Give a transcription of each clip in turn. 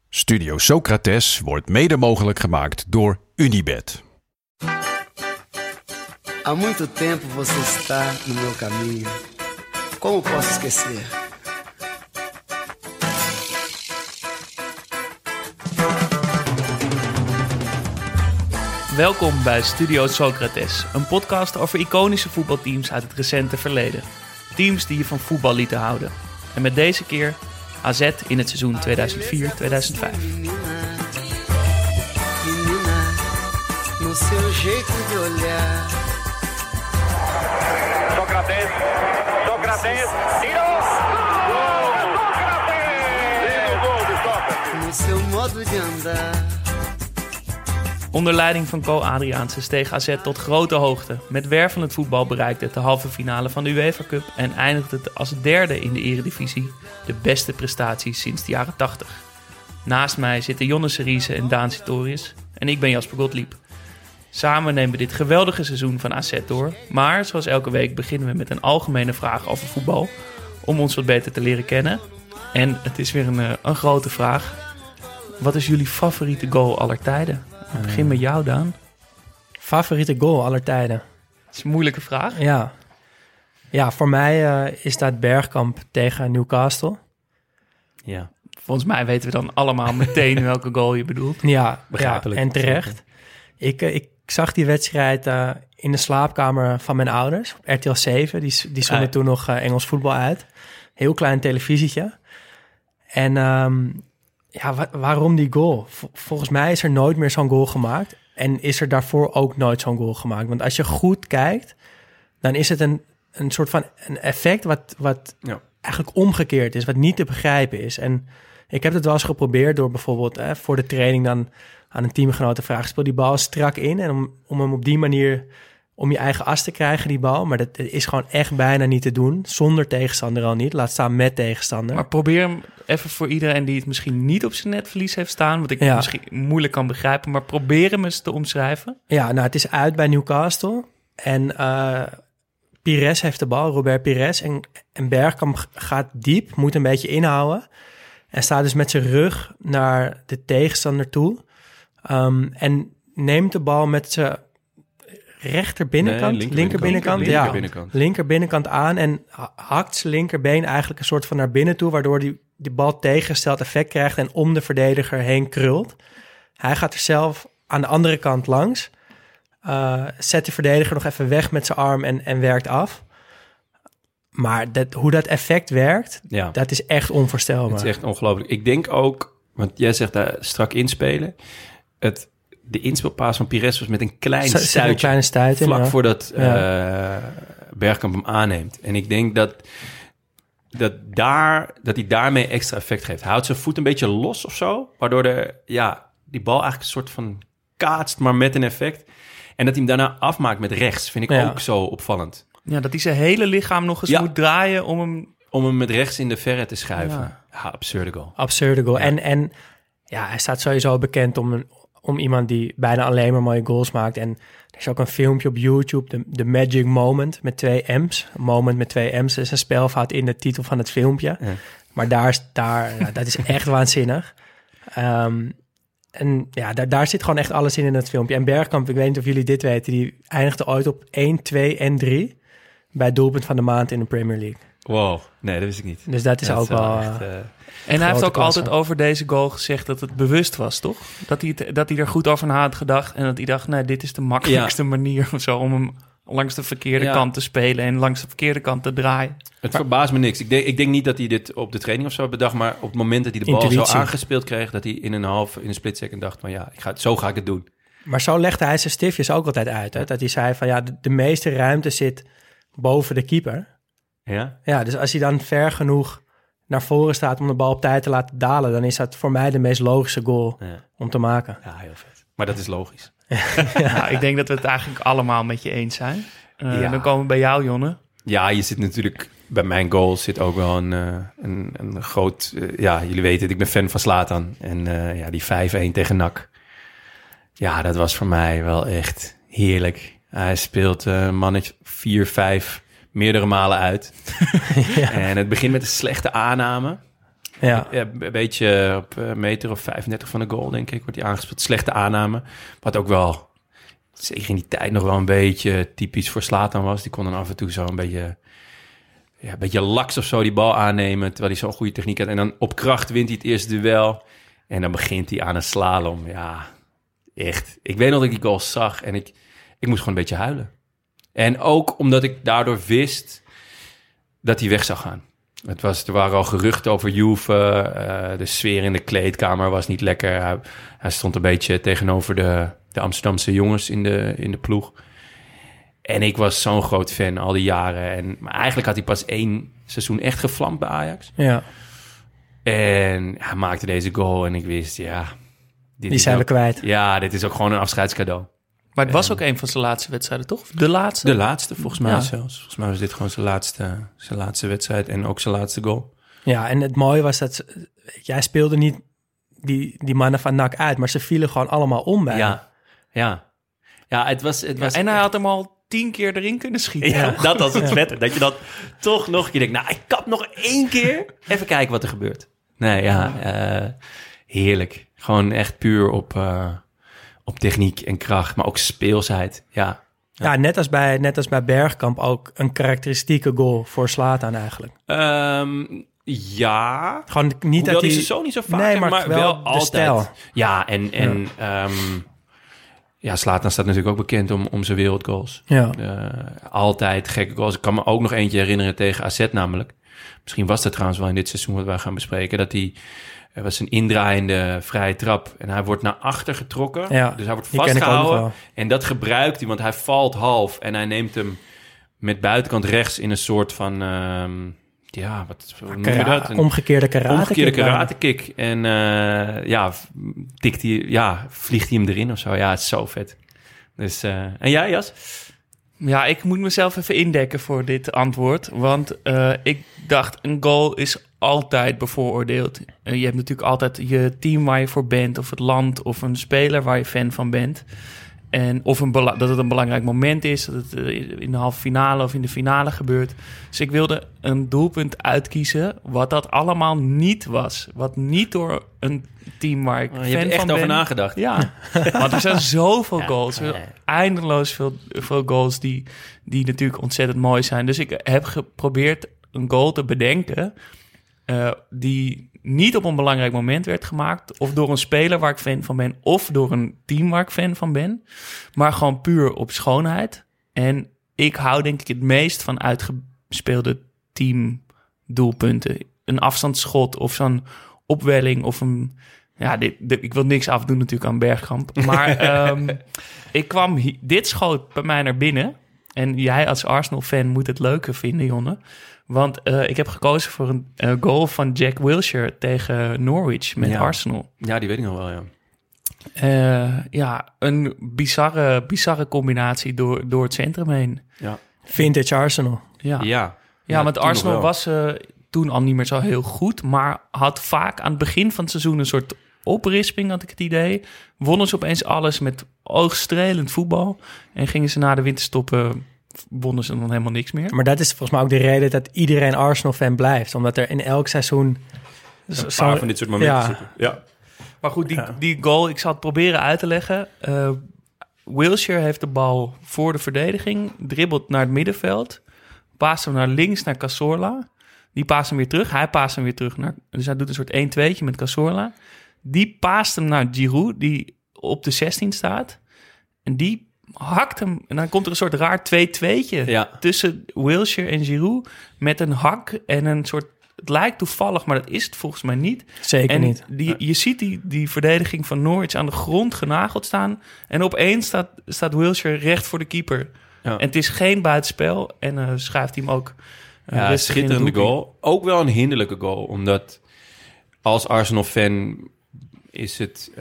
Studio Socrates wordt mede mogelijk gemaakt door Unibet. Há muito tempo você está no meu caminho. Como posso esquecer? Welkom bij Studio Socrates, een podcast over iconische voetbalteams uit het recente verleden. Teams die je van voetbal lieten houden. En met deze keer AZ in het seizoen 2004-2005. No seu jeito de olhar. Socrates, tiro! Socrates! No seu modo de andar. Onder leiding van Co Adriaanse steeg AZ tot grote hoogte. Met wervelend voetbal bereikte het de halve finale van de UEFA Cup en eindigde het als derde in de Eredivisie. De beste prestatie sinds de jaren 80. Naast mij zitten Jonne Seriese en Daan Sitorius en ik ben Jasper Gottlieb. Samen nemen we dit geweldige seizoen van AZ door. Maar zoals elke week beginnen we met een algemene vraag over voetbal. Om ons wat beter te leren kennen. En het is weer een grote vraag. Wat is jullie favoriete goal aller tijden? Ik begin met jou, Daan. Favoriete goal aller tijden? Dat is een moeilijke vraag. Ja, voor mij is dat Bergkamp tegen Newcastle. Ja. Volgens mij weten we dan allemaal meteen welke goal je bedoelt. Ja, begrijpelijk. En terecht. Ik zag die wedstrijd in de slaapkamer van mijn ouders. Op RTL 7. Die zonden toen nog Engels voetbal uit. Heel klein televisietje. En waarom die goal? Volgens mij is er nooit meer zo'n goal gemaakt. En is er daarvoor ook nooit zo'n goal gemaakt. Want als je goed kijkt, dan is het een soort van een effect wat eigenlijk omgekeerd is. Wat niet te begrijpen is. En ik heb het wel eens geprobeerd door bijvoorbeeld voor de training dan aan een teamgenoot te vragen, speel die bal strak in. En om hem op die manier om je eigen as te krijgen, die bal. Maar dat is gewoon echt bijna niet te doen. Zonder tegenstander al niet. Laat staan met tegenstander. Maar probeer hem even voor iedereen die het misschien niet op zijn netvlies heeft staan. Wat ik misschien moeilijk kan begrijpen. Maar probeer hem eens te omschrijven. Ja, nou het is uit bij Newcastle. En Pires heeft de bal, Robert Pires. En Bergkamp gaat diep, moet een beetje inhouden. En staat dus met zijn rug naar de tegenstander toe. En neemt de bal met zijn linkerbinnenkant aan en hakt zijn linkerbeen eigenlijk een soort van naar binnen toe, waardoor die bal tegengesteld effect krijgt en om de verdediger heen krult. Hij gaat er zelf aan de andere kant langs, zet de verdediger nog even weg met zijn arm en werkt af. Maar hoe dat effect werkt, dat is echt onvoorstelbaar. Het is echt ongelooflijk. Ik denk ook, want jij zegt daar strak inspelen. De inspeelpaas van Pires was met een klein stuitje. Vlak voordat Bergkamp hem aanneemt. En ik denk dat hij daarmee extra effect geeft. Hij houdt zijn voet een beetje los of zo. Waardoor die bal eigenlijk een soort van kaatst, maar met een effect. En dat hij hem daarna afmaakt met rechts. Vind ik ook zo opvallend. Ja, dat hij zijn hele lichaam nog eens moet draaien om hem met rechts in de verre te schuiven. Ja, absurde goal. Absurde goal. Ja. En hij staat sowieso bekend om iemand die bijna alleen maar mooie goals maakt. En er is ook een filmpje op YouTube, de Magic Moment met 2 M's. Moment met 2 M's is een spelfout in de titel van het filmpje. Ja. Maar dat is echt waanzinnig. Daar zit gewoon echt alles in het filmpje. En Bergkamp, ik weet niet of jullie dit weten, die eindigde ooit op 1, 2 en 3 bij het doelpunt van de maand in de Premier League. Wow, nee, dat wist ik niet. Dus dat is ook wel echt, en hij heeft ook altijd over deze goal gezegd dat het bewust was, toch? Dat hij er goed over na had gedacht en dat hij dacht, nee, dit is de makkelijkste manier of zo om hem langs de verkeerde kant te spelen en langs de verkeerde kant te draaien. Het verbaast me niks. Ik denk niet dat hij dit op de training of zo bedacht, maar op het moment dat hij de bal zo aangespeeld kreeg, dat hij in een split second dacht van zo ga ik het doen. Maar zo legde hij zijn stiftjes ook altijd uit. Hè? Dat hij zei van de meeste ruimte zit boven de keeper. Ja? Ja, dus als hij dan ver genoeg naar voren staat om de bal op tijd te laten dalen, dan is dat voor mij de meest logische goal om te maken. Ja, heel vet. Maar dat is logisch. Ik denk dat we het eigenlijk allemaal met je eens zijn. Dan komen we bij jou, Jonne. Ja, je zit natuurlijk bij mijn goal zit ook wel een groot... jullie weten het, ik ben fan van Zlatan. En die 5-1 tegen NAC. Ja, dat was voor mij wel echt heerlijk. Hij speelt mannetje 4-5 meerdere malen uit. En het begint met een slechte aanname. Ja. Een beetje op een meter of 35 van de goal, denk ik, wordt hij aangespeeld. Slechte aanname. Wat ook wel, zeker in die tijd, nog wel een beetje typisch voor Zlatan was. Die kon dan af en toe zo een beetje laks of zo die bal aannemen, terwijl hij zo'n goede techniek had. En dan op kracht wint hij het eerste duel. En dan begint hij aan een slalom. Ja, echt. Ik weet nog dat ik die goal zag en ik moest gewoon een beetje huilen. En ook omdat ik daardoor wist dat hij weg zou gaan. Er waren al geruchten over Juve. De sfeer in de kleedkamer was niet lekker. Hij stond een beetje tegenover de Amsterdamse jongens in de ploeg. En ik was zo'n groot fan al die jaren. Maar eigenlijk had hij pas 1 seizoen echt gevlamd bij Ajax. Ja. En hij maakte deze goal en ik wist, Die zijn we kwijt. Ja, dit is ook gewoon een afscheidscadeau. Maar het was ook een van zijn laatste wedstrijden, toch? De laatste? De laatste, volgens mij Ja. zelfs. Volgens mij was dit gewoon zijn laatste wedstrijd en ook zijn laatste goal. Ja, en het mooie was dat jij speelde niet die mannen van NAC uit, maar ze vielen gewoon allemaal om bij hem. Ja, het was En hij had hem al 10 keer erin kunnen schieten. Ja, dat was het vette. Dat je dat toch nog een keer denkt, nou, ik kap nog 1 keer. Even kijken wat er gebeurt. Nee, heerlijk. Gewoon echt puur op techniek en kracht, maar ook speelsheid. Ja. Ja, net als bij Bergkamp ook een karakteristieke goal voor Zlatan eigenlijk. Ja. Gewoon niet Hoewel dat die hij... zo niet zo vaak, Nee, maar wel de altijd. stijl. Ja, Zlatan staat natuurlijk ook bekend om zijn wereldgoals. Ja. Altijd gekke goals. Ik kan me ook nog eentje herinneren tegen AZ namelijk. Misschien was dat trouwens wel in dit seizoen wat wij gaan bespreken. Dat er was een indraaiende vrije trap en hij wordt naar achter getrokken. Ja, dus hij wordt die ken ik ook nog vastgehouden. wel. En dat gebruikt hij, want hij valt half en hij neemt hem met buitenkant rechts in een soort van... hoe noem je dat? Omgekeerde karate. Omgekeerde karate-kick. En vliegt hij hem erin of zo. Ja, het is zo vet. Dus, en jij, Jas? Ja, ik moet mezelf even indekken voor dit antwoord. Want ik dacht, een goal is altijd bevooroordeeld. Je hebt natuurlijk altijd je team waar je voor bent, of het land, of een speler waar je fan van bent. En of dat het een belangrijk moment is, dat het in de halve finale of in de finale gebeurt. Dus ik wilde een doelpunt uitkiezen wat dat allemaal niet was. Wat niet door een team waar ik fan van ben. Je hebt er echt over nagedacht. Ja, want er zijn zoveel goals. Eindeloos veel goals die natuurlijk ontzettend mooi zijn. Dus ik heb geprobeerd een goal te bedenken die niet op een belangrijk moment werd gemaakt, of door een speler waar ik fan van ben, of door een team waar ik fan van ben, maar gewoon puur op schoonheid. En ik hou denk ik het meest van uitgespeelde teamdoelpunten. Een afstandsschot of zo'n opwelling of een... Ja, ik wil niks afdoen natuurlijk aan Bergkamp, maar dit schoot bij mij naar binnen. En jij als Arsenal-fan moet het leuker vinden, Jonne. Want ik heb gekozen voor een goal van Jack Wilshere tegen Norwich met Arsenal. Ja, die weet ik nog wel, ja. Een bizarre combinatie door het centrum heen. Ja. Vintage Arsenal. Ja, want Arsenal was toen al niet meer zo heel goed, maar had vaak aan het begin van het seizoen een soort oprisping, had ik het idee. Wonnen ze opeens alles met oogstrelend voetbal en gingen ze na de winterstoppen... wonnen ze dan helemaal niks meer. Maar dat is volgens mij ook de reden dat iedereen Arsenal-fan blijft. Omdat er in elk seizoen... een paar van dit soort momenten zitten. Ja. Maar goed, die goal, ik zal het proberen uit te leggen. Wilshere heeft de bal voor de verdediging, dribbelt naar het middenveld, paast hem naar links naar Cazorla. Die paast hem weer terug. Hij paast hem weer terug naar... Dus hij doet een soort 1-2'tje met Cazorla. Die paast hem naar Giroud, die op de 16 staat. En die hakt hem. En dan komt er een soort raar 2-2'tje tussen Wilshere en Giroud. Met een hak en een soort... Het lijkt toevallig, maar dat is het volgens mij niet. Zeker niet. Je ziet die verdediging van Norwich aan de grond genageld staan. En opeens staat Wilshere recht voor de keeper. Ja. En het is geen buitenspel. En schuift hij hem ook... Ja, schitterende goal. Ook wel een hinderlijke goal. Omdat als Arsenal-fan is het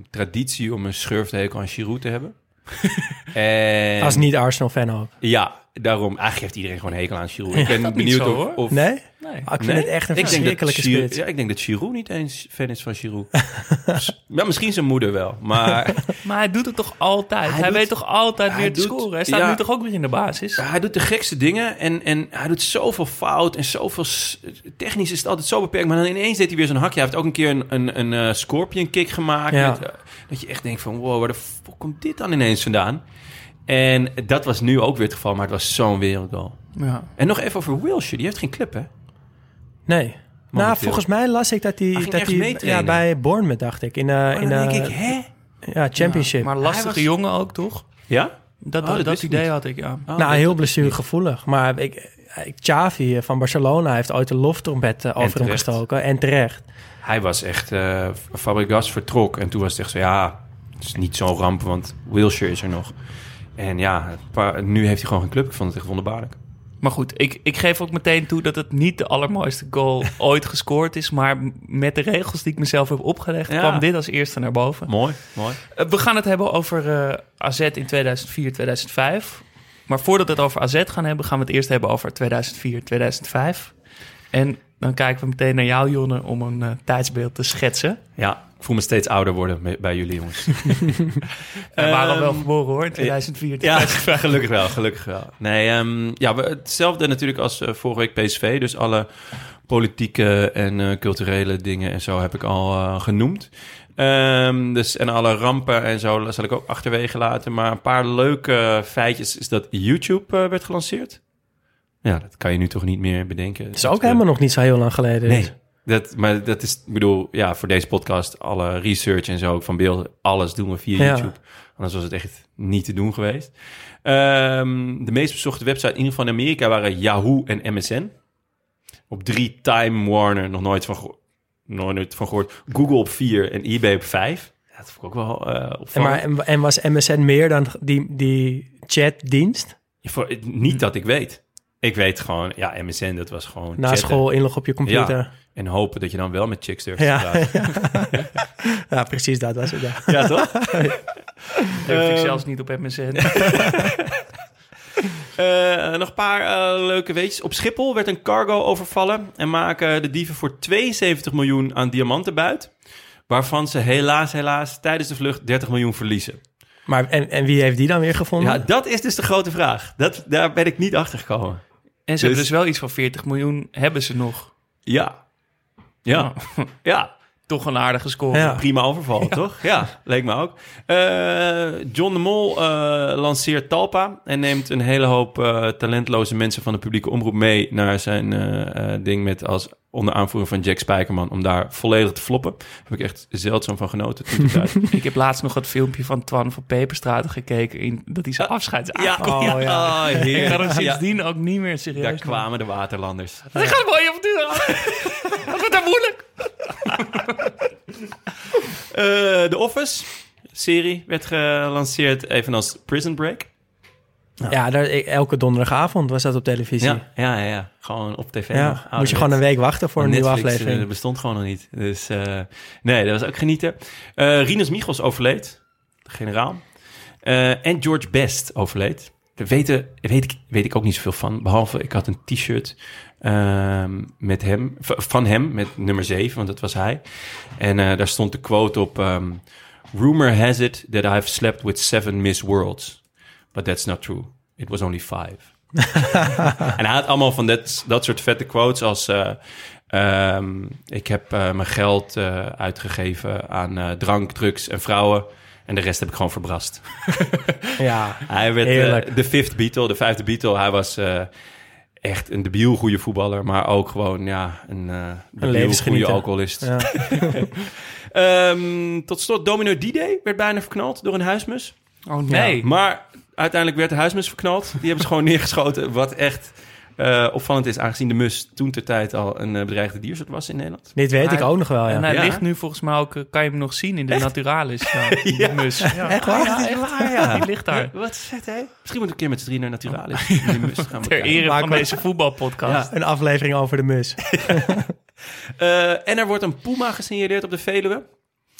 traditie om een schurftehekel aan Giroud te hebben. Als niet Arsenal-fan ook. Ja, daarom. Eigenlijk heeft iedereen gewoon een hekel aan Giroud. Ik ben niet benieuwd zo, of... hoor. of Nee? Nee. Ik vind het echt een verschrikkelijke spits. Ja, ik denk dat Giroud niet eens fan is van Giroud. Ja, misschien zijn moeder wel, maar... Maar hij doet het toch altijd? Hij doet- weet toch altijd hij weer te doet- scoren? Hij staat ja. nu toch ook weer in de basis? Hij doet de gekste dingen en hij doet zoveel fout en zoveel... Technisch is het altijd zo beperkt, maar dan ineens deed hij weer zo'n hakje. Hij heeft ook een keer een scorpion kick gemaakt. Ja. Met, dat je echt denkt van, wow, waar de fuck komt dit dan ineens vandaan? En dat was nu ook weer het geval, maar het was zo'n wereldgoal. Ja. En nog even over Wilshere, die heeft geen club, hè? Nee. Nou, Momenteel. volgens mij las ik dat Hij hij... ging Dat ergens hij meetrainen. bij Bournemouth, dacht ik. In En dan denk ik, hè? Championship. Maar lastige was- jongen ook, toch? Ja? Dat wist ik idee niet. had ik, ja. Oh, nou, dat- heel dat- blessuregevoelig. Maar Xavi van Barcelona heeft ooit een loftrompet over hem terecht. gestoken. En terecht. Hij was echt... Fabregas vertrok en toen was het echt zo... Ja, het is niet zo'n ramp, want Wilshere is er nog. En ja, nu heeft hij gewoon geen club. Ik vond het echt wonderbaarlijk. Maar goed, ik geef ook meteen toe dat het niet de allermooiste goal ooit gescoord is. Maar met de regels die ik mezelf heb opgelegd, Ja. kwam dit als eerste naar boven. Mooi, mooi. We gaan het hebben over AZ in 2004, 2005. Maar voordat we het over AZ gaan hebben, gaan we het eerst hebben over 2004, 2005. En dan kijken we meteen naar jou, Jonne, om een tijdsbeeld te schetsen. Ja, ik voel me steeds ouder worden bij jullie, jongens. We waren al wel geboren, hoor, in 2004, Ja, 2005. gelukkig wel. Nee, hetzelfde natuurlijk als vorige week PSV. Dus alle politieke en culturele dingen en zo heb ik al genoemd. En alle rampen en zo zal ik ook achterwege laten. Maar een paar leuke feitjes is dat YouTube werd gelanceerd. Ja, dat kan je nu toch niet meer bedenken. Dat is ook helemaal nog niet zo heel lang geleden. Nee, Dus. maar dat is, ik bedoel, ja, voor deze podcast, alle research en zo ook van beelden, alles doen we via Ja. YouTube. Anders was het echt niet te doen geweest. De meest bezochte website in ieder geval in Amerika waren Yahoo en MSN. Op 3 Time Warner, nog nooit van gehoord. Google op 4 en eBay op 5. Ja, dat vond ik ook wel opvallend. En was MSN meer dan die chatdienst? Niet dat ik weet. Ik weet gewoon, ja, MSN, dat was gewoon Na chatten. school inloggen op je computer. Ja, en hopen dat je dan wel met chicks durft te Ja, praten. ja, precies dat was het. Ja. Ja, toch? Durfde ik zelfs niet op MSN. Nog een paar leuke weetjes. Op Schiphol werd een cargo overvallen en maken de dieven voor 72 miljoen aan diamanten buit. Waarvan ze helaas tijdens de vlucht 30 miljoen verliezen. Maar en wie heeft die dan weer gevonden? Ja, dat is dus de grote vraag. Daar ben ik niet achter gekomen. En ze hebben dus wel iets van 40 miljoen hebben ze nog. Ja. Toch een aardige score. Ja. Prima overval, toch? Ja, leek me ook. John de Mol lanceert Talpa en neemt een hele hoop talentloze mensen van de publieke omroep mee naar zijn ding met als onder aanvoering van Jack Spijkerman om daar volledig te floppen. Daar heb ik echt zeldzaam van genoten. Ik heb laatst nog het filmpje van Twan van Peperstraten gekeken dat hij zijn afscheidsavond. Ik ga hem sindsdien ook niet meer serieus Daar nemen. kwamen de waterlanders. Dat gaat een mooie avontuur aan. Dat wordt dan moeilijk. The Office serie werd gelanceerd evenals Prison Break. Ja, elke donderdagavond was dat op televisie. Ja. Gewoon op tv. Ja, nog. moest je gewoon een week wachten voor een nieuwe Netflix, aflevering. dat bestond gewoon nog niet. Dus nee, dat was ook genieten. Rinus Michels overleed, de generaal. En George Best overleed. Dat weet ik ook niet zoveel van. Behalve, ik had een t-shirt met hem, van hem, met nummer 7, want dat was hij. En daar stond de quote op... Rumor has it that I've slept with 7 Miss Worlds. But that's not true. It was only 5. En hij had allemaal van dat soort vette quotes als... ik heb mijn geld uitgegeven aan drank, drugs en vrouwen... En de rest heb ik gewoon verbrast. Ja, Hij werd de fifth Beatle, de vijfde Beatle. Hij was echt een debiel goede voetballer, maar ook gewoon een debiel goede alcoholist. Ja. Tot slot, Domino D-Day werd bijna verknald door een huismus. Oh nee. Ja, maar uiteindelijk werd de huismus verknald. Die hebben ze gewoon neergeschoten, wat echt opvallend is, aangezien de mus toen ter tijd al een bedreigde diersoort was in Nederland. Dit weet ik ook nog wel, ja. En hij Ja. ligt nu volgens mij ook, kan je hem nog zien in de Naturalis. Ja, Ja. de mus. Ja. Echt waar? Ja, echt waar, ja. Die ligt daar. Wat vet, hè? Misschien moeten we een keer met z'n drie naar Naturalis. Die mus gaan Ter bekijken. ere Maken van we- deze voetbalpodcast. Een aflevering over de mus. En er wordt een puma gesignaleerd op de Veluwe.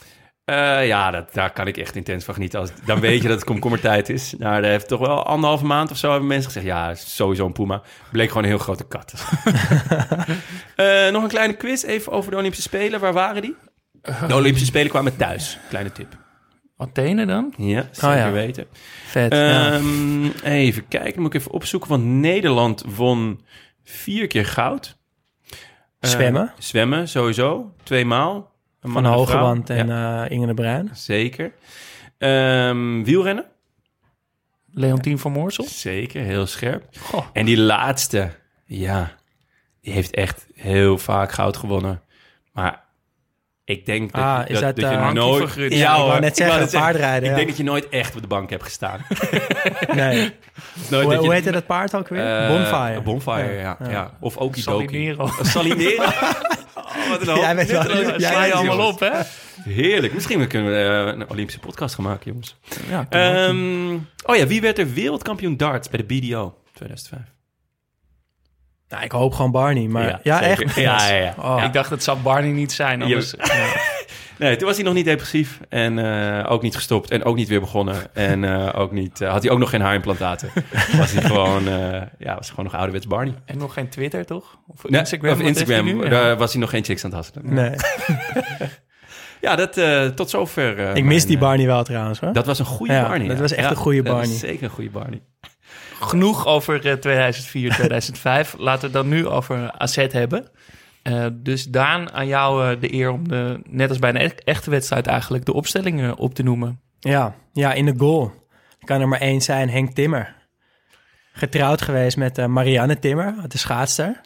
Daar kan ik echt intens van genieten. Dan weet je dat het komkommertijd is. Nou, daar heeft toch wel 1,5 maand of zo hebben mensen gezegd... ja, sowieso een puma. Bleek gewoon een heel grote kat. Nog een kleine quiz even over de Olympische Spelen. Waar waren die? De Olympische Spelen kwamen thuis. Kleine tip. Athene dan? Ja, zeker weten. Vet. Even kijken, dan moet ik even opzoeken. Want Nederland won 4 keer goud. Zwemmen, sowieso. 2 maal. Van Hogewand en Inge de Bruin. Zeker. Wielrennen. Leontien van Moorsel. Zeker, heel scherp. Goh. En die laatste, die heeft echt heel vaak goud gewonnen. Maar ik denk dat je nooit... Ja, ik wou net zeggen, paardrijden. Ik denk dat je nooit echt op de bank hebt gestaan. Nee. Hoe heette dat paard ook weer? Bonfire. Bonfire, ja. Of Okidoki. Salinero. Wat een hoop. Jij bent wel... Sla je allemaal op, hè? Heerlijk. Misschien kunnen we een Olympische podcast gaan maken, jongens. Ja, wie werd er wereldkampioen darts bij de BDO 2005? Nou, ik hoop gewoon Barney, maar echt. Ja. Oh. Ik dacht, het zou Barney niet zijn. Anders, Nee, toen was hij nog niet depressief en ook niet gestopt en ook niet weer begonnen. En ook niet, had hij ook nog geen haarimplantaten. Was hij gewoon, was gewoon nog ouderwets Barney. En nog geen Twitter, toch? Of Instagram. Of Instagram, daar was hij nog geen chicks aan het hasselen. Nee. Ja, dat tot zover. Ik mis die Barney wel trouwens, hoor. Dat was een goede Barney. Dat was echt een goede Barney. Dat was zeker een goede Barney. Genoeg over 2004, 2005. Laten we het dan nu over AZ hebben. Dus Daan, aan jou de eer om net als bij een echte wedstrijd eigenlijk de opstelling op te noemen. Ja, in de goal kan er maar één zijn, Henk Timmer. Getrouwd geweest met Marianne Timmer, de schaatster.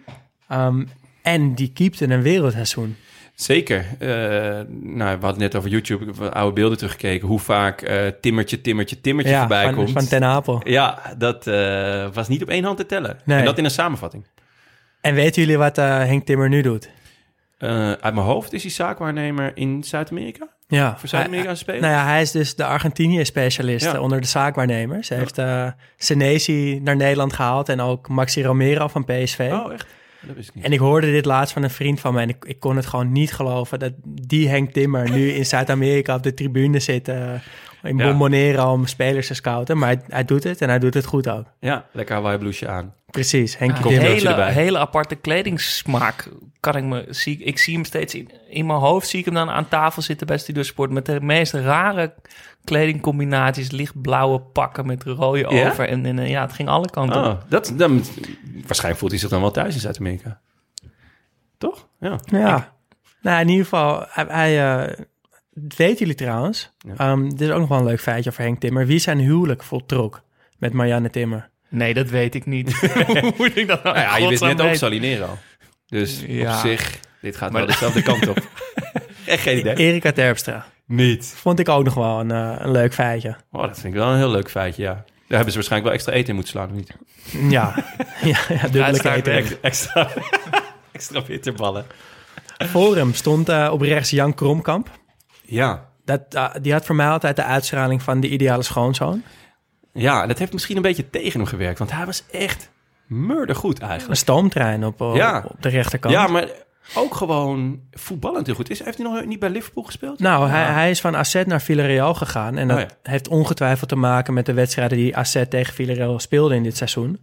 En die keepte een wereldseizoen. Zeker. We hadden het net over YouTube. Ik heb oude beelden teruggekeken. Hoe vaak timmertje voorbij komt. Van Ten Apel. Ja, dat was niet op 1 hand te tellen. Nee. En dat in een samenvatting. En weten jullie wat Henk Timmer nu doet? Uit mijn hoofd is hij zaakwaarnemer in Zuid-Amerika. Ja. Voor Zuid-Amerika spelen. Nou ja, hij is dus de Argentinië-specialist onder de zaakwaarnemers. Hij heeft Senesi naar Nederland gehaald en ook Maxi Romero van PSV. Oh, echt? Dat wist ik niet. En ik hoorde dit laatst van een vriend van mij en ik kon het gewoon niet geloven dat die Henk Timmer nu in Zuid-Amerika op de tribune zit in Bombonera om spelers te scouten. Maar hij doet het en hij doet het goed ook. Ja, lekker Hawaii blouseje aan. Precies, Henk Timmer. Hele aparte kledingssmaak ik zie hem steeds in mijn hoofd, zie ik hem dan aan tafel zitten bij Studiosport met de meest rare kledingcombinaties, lichtblauwe pakken met rode over. En het ging alle kanten op. Waarschijnlijk voelt hij zich dan wel thuis in Zuid-Amerika. Toch? Ja. Nou, in ieder geval, weten jullie trouwens, dit is ook nog wel een leuk feitje over Henk Timmer. Wie zijn huwelijk voltrok met Marianne Timmer? Nee, dat weet ik niet. Hoe moet ik dat nou? Je wist net ook Salinero. Dus op zich, dit gaat wel dezelfde kant op. Echt geen idee. Erika Terpstra. Niet. Vond ik ook nog wel een leuk feitje. Oh, dat vind ik wel een heel leuk feitje, ja. Daar hebben ze waarschijnlijk wel extra eten in moeten slaan, of niet? Ja, dubbele eten. Extra bitterballen. Voor hem stond op rechts Jan Kromkamp. Ja. Die had voor mij altijd de uitstraling van de ideale schoonzoon. Ja, dat heeft misschien een beetje tegen hem gewerkt. Want hij was echt murdergoed eigenlijk. Een stoomtrein op de rechterkant. Ja, maar ook gewoon voetballend heel goed. Heeft hij nog niet bij Liverpool gespeeld? Nou, hij is van AZ naar Villarreal gegaan. En dat heeft ongetwijfeld te maken met de wedstrijden die AZ tegen Villarreal speelde in dit seizoen.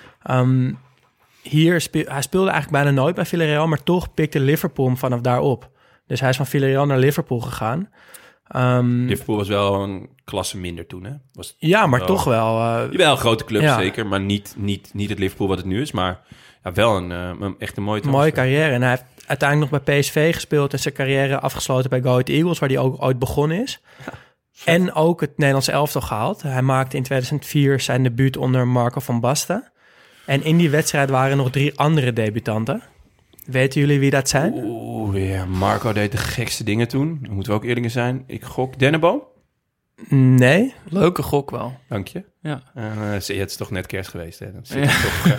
Hij speelde eigenlijk bijna nooit bij Villarreal, maar toch pikte Liverpool hem vanaf daar op. Dus hij is van Villarreal naar Liverpool gegaan. Liverpool was wel een klasse minder toen, hè? Maar toch wel. Wel een grote club, zeker. Maar niet het Liverpool wat het nu is. Maar wel echt een mooie carrière. En hij heeft uiteindelijk nog bij PSV gespeeld en zijn carrière afgesloten bij Go Ahead Eagles, waar hij ook ooit begonnen is. Ja, en ook het Nederlandse elftal gehaald. Hij maakte in 2004 zijn debuut onder Marco van Basten. En in die wedstrijd waren nog 3 andere debutanten. Weten jullie wie dat zijn? Marco deed de gekste dingen toen. Dan moeten we ook eerlijk zijn. Ik gok Denneboom? Nee. Leuke gok wel. Dank je. Ja. Het is toch net kerst geweest, hè? Dan zit toch,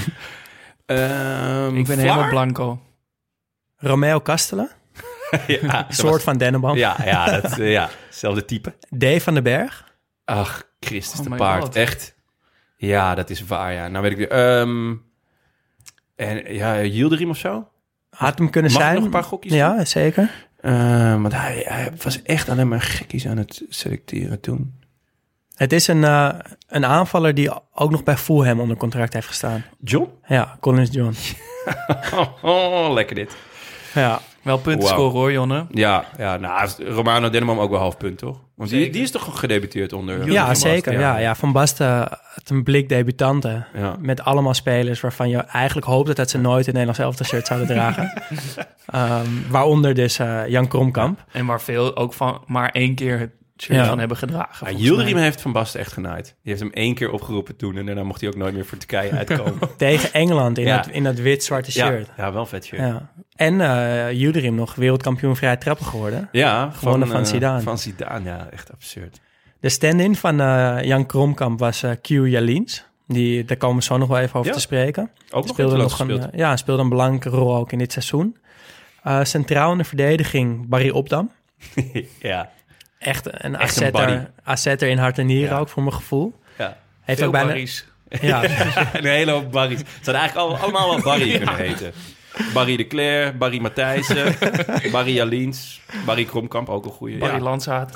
ik ben helemaal blanco. Romeo Kastelen? Een soort van Denneboom. Hetzelfde type. D. van den Berg? Ach, Christus de paard. God. Echt? Ja, dat is waar, ja. Nou weet ik weer. En Yildirim of zo? Had hem kunnen zijn. Mag nog een paar gokjes? Ja, zeker. Want hij was echt alleen maar gekkies aan het selecteren toen. Het is een aanvaller die ook nog bij Fulham onder contract heeft gestaan. John? Ja, Collins John. Lekker dit. Ja. Wel punten scoren hoor, Jonne. Ja, nou, Romano Denneman ook wel half punt, toch? Want die is toch gewoon gedebuteerd onder... Ja, Van Basten, zeker. Ja, Van Basten had een blik debutanten. Ja. Met allemaal spelers waarvan je eigenlijk hoopte dat ze nooit een Nederlands elftal shirt zouden dragen. Waaronder dus Jan Kromkamp. En waar veel ook van maar 1 keer het shirt van hebben gedragen. Ja, Yildirim heeft Van Basten echt genaaid. Die heeft hem 1 keer opgeroepen toen... en daarna mocht hij ook nooit meer voor Turkije uitkomen. Tegen Engeland in dat wit-zwarte shirt. Ja, wel vet shirt. Ja. En Yildirim nog wereldkampioen vrije trappen geworden. Ja, gewonnen van Zidane. Van Zidane, ja, echt absurd. De stand-in van Jan Kromkamp was Q Jalins. Daar komen we zo nog wel even over te spreken. Ook nog gespeeld. Hij speelde een belangrijke rol ook in dit seizoen. Centraal in de verdediging Barry Opdam. Ja. Echt een een assetter in hart en nieren ook, voor mijn gevoel. Ja. Heeft Veel ook bijna... Barry's. Ja. Een hele hoop Barry's. Ze hadden eigenlijk allemaal wel Barry kunnen heten. Barry de Cler, Barry Matthijssen, Barry Jalins, Barry Kromkamp, ook een goeie. Barry Landsaat.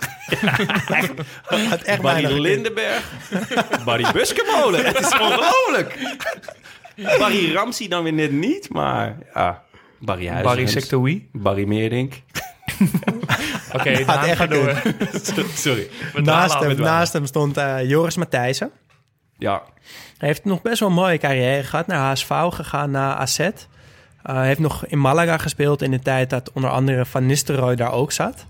Barry Lindenberg, Barry Buskemolen. Het is ongelooflijk. Barry Ramsey dan weer net niet, maar ja. Barry Huizen. Barry Sectoui. Barry Meerdink. Oké, ga door. Sorry. Naast hem stond Joris Matthijssen. Ja. Hij heeft nog best wel een mooie carrière gehad. Naar HSV gegaan, naar AZ. Hij heeft nog in Malaga gespeeld in de tijd dat onder andere Van Nistelrooy daar ook zat.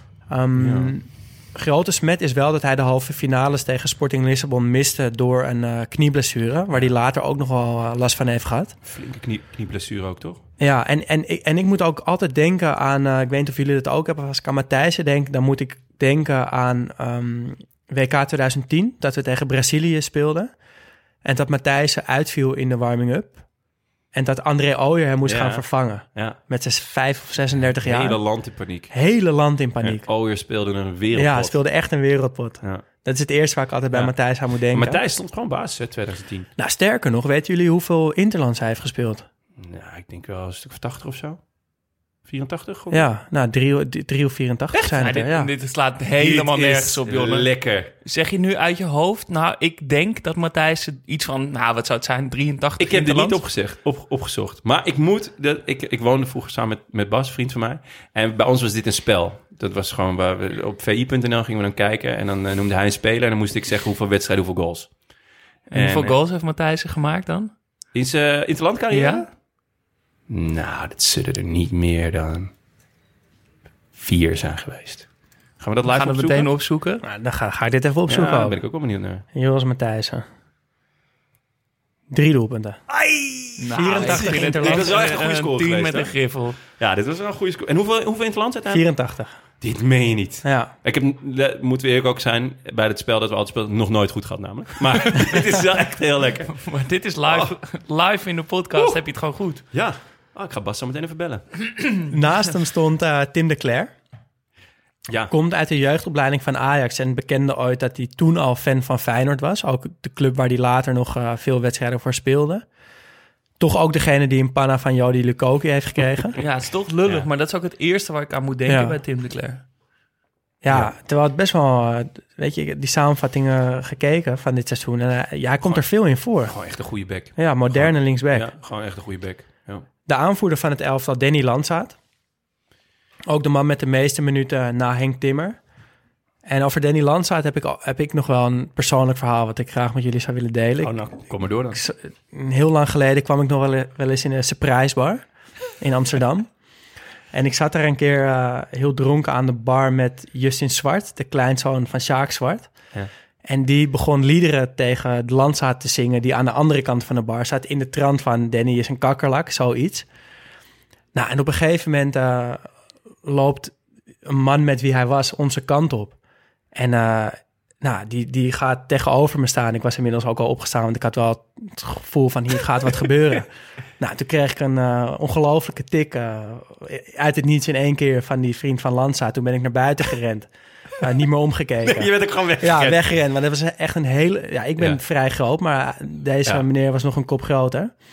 Grote smet is wel dat hij de halve finales tegen Sporting Lissabon miste door een knieblessure, waar hij later ook nog wel last van heeft gehad. Flinke knieblessure ook, toch? Ja, en ik moet ook altijd denken aan, ik weet niet of jullie dat ook hebben, als ik aan Matthijssen denk, dan moet ik denken aan WK 2010, dat we tegen Brazilië speelden. En dat Matthijssen uitviel in de warming-up. En dat André Ooyer hem moest gaan vervangen. Ja. Met zijn 5 of 36 jaar. Hele land in paniek. Hele land in paniek. Ja, Ooyer speelde een wereldpot. Ja, speelde echt een wereldpot. Ja. Dat is het eerste waar ik altijd bij Matthijs aan moet denken. Matthijs stond gewoon basis in 2010. Nou, sterker nog, weten jullie hoeveel interlands hij heeft gespeeld? Nou, ik denk wel een stuk of 80 of zo. 84? Of? Ja, nou, 3 of 84 echt? Zijn het dit slaat helemaal nergens op, joh. Lekker. Zeg je nu uit je hoofd? Nou, ik denk dat Matthijs iets van, nou, wat zou het zijn, 83 Ik heb dit niet opgezocht. Maar ik woonde vroeger samen met Bas, vriend van mij. En bij ons was dit een spel. Dat was gewoon, waar we op vi.nl gingen we dan kijken. En dan noemde hij een speler. En dan moest ik zeggen hoeveel wedstrijden, hoeveel goals. En hoeveel goals heeft Matthijs gemaakt dan? In zijn interlandcarrière? Ja. Nou, dat zullen er niet meer dan 4 zijn geweest. Gaan we dat live opzoeken? Gaan we meteen opzoeken? Nou, dan ga ik dit even opzoeken. Ja, daar ben ik ook wel benieuwd naar. Joris Matthijssen. 3 doelpunten. Ai! 84 interlands. Dat is wel echt een goede score geweest. 10 met een griffel. Ja, dit was wel een goede score. En hoeveel interlands uiteindelijk? 84. Dit meen je niet. Ja. Ik heb, moeten we eerlijk ook zijn, bij het spel dat we altijd spelen, nog nooit goed gehad namelijk. Maar dit is wel echt heel lekker. Maar dit is live in de podcast, heb je het gewoon goed. Ja. Ik ga Bas zo meteen even bellen. Naast hem stond Tim de Cler. Ja. Komt uit de jeugdopleiding van Ajax en bekende ooit dat hij toen al fan van Feyenoord was. Ook de club waar hij later nog veel wedstrijden voor speelde. Toch ook degene die een panna van Jody Lukoki heeft gekregen. Ja, het is toch lullig, maar dat is ook het eerste waar ik aan moet denken bij Tim de Cler. Ja, terwijl het best wel, weet je, die samenvattingen gekeken van dit seizoen. En hij komt er veel in voor. Gewoon echt een goede back. Ja, moderne linksback. Ja, gewoon echt een goede back. Ja. De aanvoerder van het elftal, Danny Landsaat. Ook de man met de meeste minuten na Henk Timmer. En over Danny Landsaat heb ik nog wel een persoonlijk verhaal wat ik graag met jullie zou willen delen. Nou, kom maar door dan. Heel lang geleden kwam ik nog wel eens in een surprise bar in Amsterdam. En ik zat daar een keer heel dronken aan de bar met Justin Zwart, de kleinzoon van Sjaak Zwart. Ja. En die begon liederen tegen de Landsaat te zingen die aan de andere kant van de bar zat. In de trant van Danny is een kakkerlak, zoiets. Nou, en op een gegeven moment loopt een man met wie hij was onze kant op. En die gaat tegenover me staan. Ik was inmiddels ook al opgestaan, want ik had wel het gevoel van hier gaat wat gebeuren. Nou, toen kreeg ik een ongelofelijke tik uit het niets in één keer van die vriend van Landsaat. Toen ben ik naar buiten gerend. Niet meer omgekeken. Nee, je bent ook gewoon weggerend. Ja, weggerend. Want dat was echt een hele... Ja, ik ben vrij groot, maar deze meneer was nog een kop groter.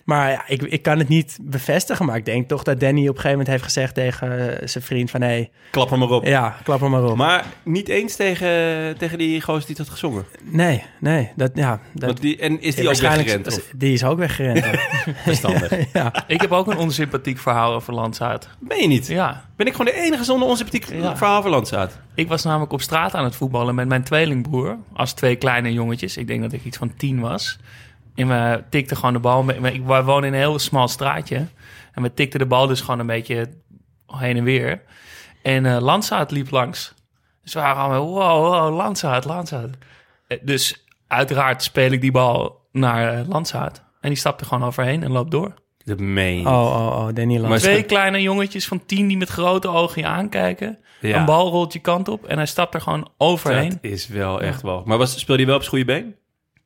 Maar ja, ik kan het niet bevestigen. Maar ik denk toch dat Danny op een gegeven moment heeft gezegd tegen zijn vriend van... Hey, Klap hem maar op. ja, klap hem maar op. Maar niet eens tegen die gozer die het had gezongen. Nee. En is die ook waarschijnlijk- weggerend? Of? Die is ook weggerend. Verstandig. Ja. Ik heb ook een onsympathiek verhaal over Landsaat. Ben je niet? Ja, Ben ik gewoon de enige zonder onsympathiek verhaal van Landsaat? ik was namelijk op straat aan het voetballen met mijn tweelingbroer. Als 2 kleine jongetjes. Ik denk dat ik iets van 10 was. En we tikten gewoon de bal. We wonen in een heel smal straatje. En we tikten de bal dus gewoon een beetje heen en weer. En Landsaat liep langs. Dus we waren allemaal, wow, Landsaat. Dus uiteraard speel ik die bal naar Landsaat. En die stapt er gewoon overheen en loopt door. Dat meen je. Oh, Danny Lans. Maar 2 kleine jongetjes van 10 die met grote ogen je aankijken. Ja. Een bal rolt je kant op en hij stapt er gewoon overheen. Dat is wel echt wel. Maar speelde hij wel op zijn goede been?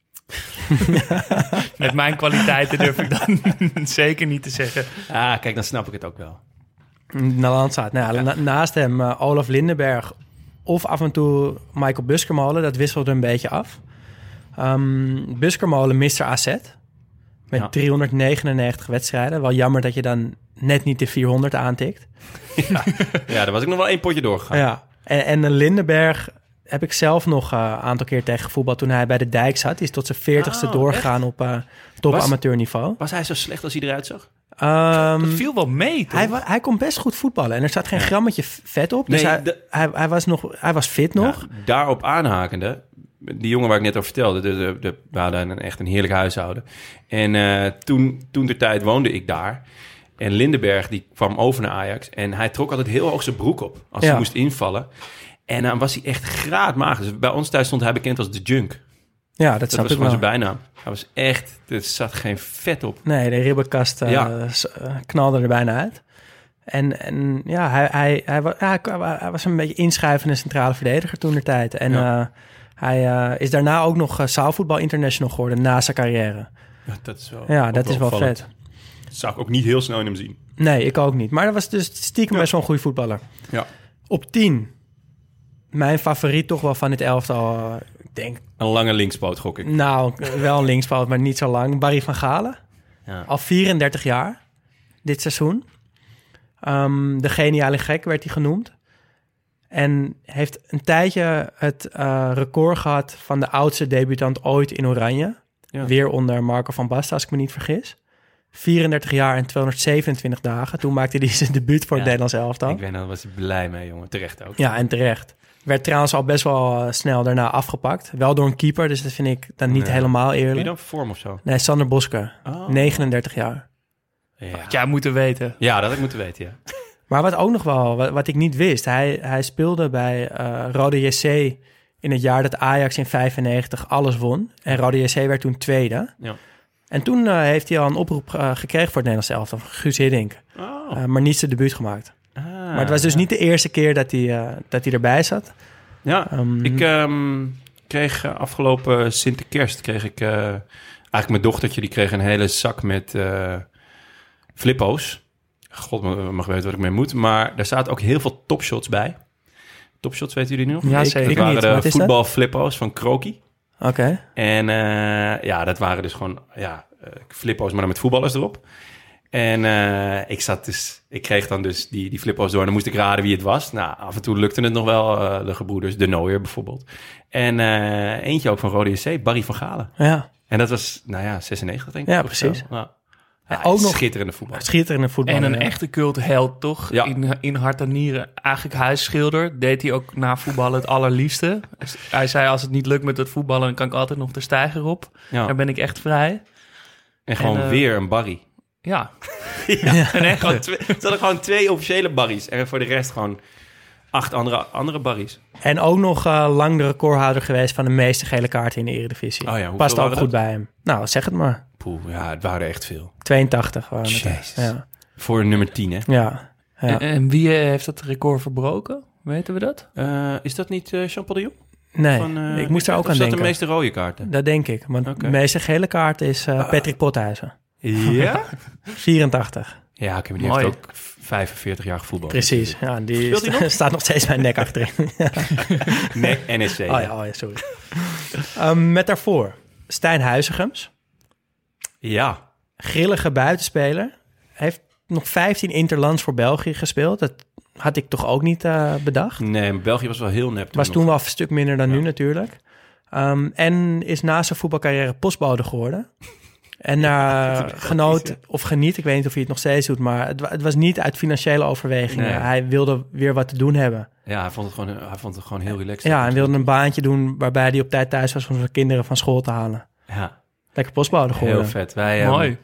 Met mijn kwaliteiten durf ik dan zeker niet te zeggen. Ah, kijk, dan snap ik het ook wel. Naar Landsaat. Nou, ja, naast hem Olaf Lindenberg of af en toe Michael Buskermolen. Dat wisselde een beetje af. Buskermolen Mr. AZ. Met 399 wedstrijden. Wel jammer dat je dan net niet de 400 aantikt. Ja, daar was ik nog wel 1 potje doorgegaan. Ja. En Lindenberg heb ik zelf nog een aantal keer tegen gevoetbald toen hij bij de Dijk zat. Die is tot zijn 40ste doorgegaan op top amateurniveau. Was hij zo slecht als hij eruit zag? Dat viel wel mee, toch? Hij kon best goed voetballen en er zat geen grammetje vet op. Dus Nee, hij was fit nog. Ja, daarop aanhakende, die jongen waar ik net over vertelde, we hadden echt een heerlijk huishouden. En toen de tijd woonde ik daar. En Lindenberg, die kwam over naar Ajax. En hij trok altijd heel hoog zijn broek op als hij moest invallen. En dan was hij echt graadmager. Dus bij ons thuis stond hij bekend als de Junk. Ja, Dat snap was ik gewoon wel. zijn bijnaam. Hij was echt, er zat geen vet op. Nee, de ribbenkast knalde er bijna uit. En ja, hij was een beetje inschrijvende centrale verdediger toen de tijd. En hij is daarna ook nog zaalvoetbal international geworden na zijn carrière. Ja, dat is wel, Ja, dat is wel opvallend. vet. Dat zou ik ook niet heel snel in hem zien. Nee, ik ook niet. Maar dat was dus stiekem best wel een goede voetballer. Ja. Op 10, mijn favoriet toch wel van dit elftal, ik denk, Een lange linkspoot, gok ik. nou, wel een linkspoot, maar niet zo lang. Barry van Galen, Ja. al 34 jaar dit seizoen. De geniale gek werd hij genoemd. En heeft een tijdje het record gehad van de oudste debutant ooit in Oranje. Ja. Weer onder Marco van Basten, als ik me niet vergis. 34 jaar en 227 dagen. Toen maakte hij zijn debuut voor het Nederlands elftal. Ik weet dat was hij blij mee, jongen. Terecht ook. Ja, en terecht. Werd trouwens al best wel snel daarna afgepakt. Wel door een keeper, dus dat vind ik dan niet helemaal Heb je eerlijk. dan vorm of zo? Nee, Sander Bosker, Oh. 39 jaar. Ja. Had jij moeten weten. Ja, dat had ik moeten weten, ja. Maar wat ook nog wel, wat ik niet wist... Hij speelde bij Rode JC in het jaar dat Ajax in 95 alles won. En Rode JC werd toen tweede. Ja. En toen heeft hij al een oproep gekregen voor het Nederlands elftal. Van Guus Hiddink. Oh. Maar niet zijn debuut gemaakt. Ah, Maar het was dus niet de eerste keer dat hij erbij zat. Ja, ik kreeg afgelopen Sinterkerst... eigenlijk mijn dochtertje, die kreeg een hele zak met flippo's. God mag weten wat ik mee moet. Maar daar zaten ook heel veel topshots bij. Topshots, weten jullie nog? Ja, Dat zeker. Ik waren niet. de Wat is dat? voetbalflippo's van Kroki. Oké. En dat waren dus gewoon flippo's, maar dan met voetballers erop. En ik kreeg dan dus die flippo's door en dan moest ik raden wie het was. Nou, af en toe lukte het nog wel, de gebroeders, de Nooier bijvoorbeeld. En eentje ook van Rode JC, Barry van Galen. Ja, En dat was, 96 denk ik. Ja, of precies. zo. Ja. Ja, Ook ook nog- schitterende voetbal. schitterende voetbal. En een ja. echte cultheld, toch? Ja. In hart en nieren. Eigenlijk huisschilder. Deed hij ook na voetballen het allerliefste. Hij zei, als het niet lukt met het voetballen... dan kan ik altijd nog de steiger op. Ja. Daar ben ik echt vrij. En gewoon En, weer een Barry. Ja. En echt gewoon er hadden gewoon 2 officiële Barry's. En voor de rest gewoon 8 andere Barry's. En ook nog lang de recordhouder geweest van de meeste gele kaarten in de Eredivisie. Oh ja, hoeveel Past ook waren goed dat? bij hem. Nou, zeg het maar. Poeh, ja, het waren er echt veel. 82 waren het. Jezus. Ja. Voor nummer 10, hè? Ja. Ja. En wie heeft het record verbroken? Weten we dat? Is dat niet Jean-Paul de Jong? Nee, Van, ik moest daar ook of aan is dat denken. de meeste rode kaarten? Dat denk ik. Want Oké. de meeste gele kaart is Patrick Pothuizen. Ja? 84. Ja, oké, maar die Mooi. heeft ook 45 jaar gevoetbald. Precies. Ja, die Speelt hij nog? staat nog steeds mijn nek achterin. Nee, NSC. Oh ja, sorry. Met daarvoor Stijn Huizigems. Ja, grillige buitenspeler. Heeft nog 15 interlands voor België gespeeld. Dat had ik toch ook niet bedacht. Nee, maar België was wel heel nep. Was toen wel een stuk minder dan nu natuurlijk. En is na zijn voetbalcarrière postbode geworden. En genoot of geniet, ik weet niet of hij het nog steeds doet... maar het was niet uit financiële overwegingen. Nee. Hij wilde weer wat te doen hebben. Ja, hij vond het gewoon heel relaxed. Ja, en wilde een baantje doen waarbij hij op tijd thuis was... om zijn kinderen van school te halen. Ja. Lekker postbode geworden. Heel vet. Wij, Mooi.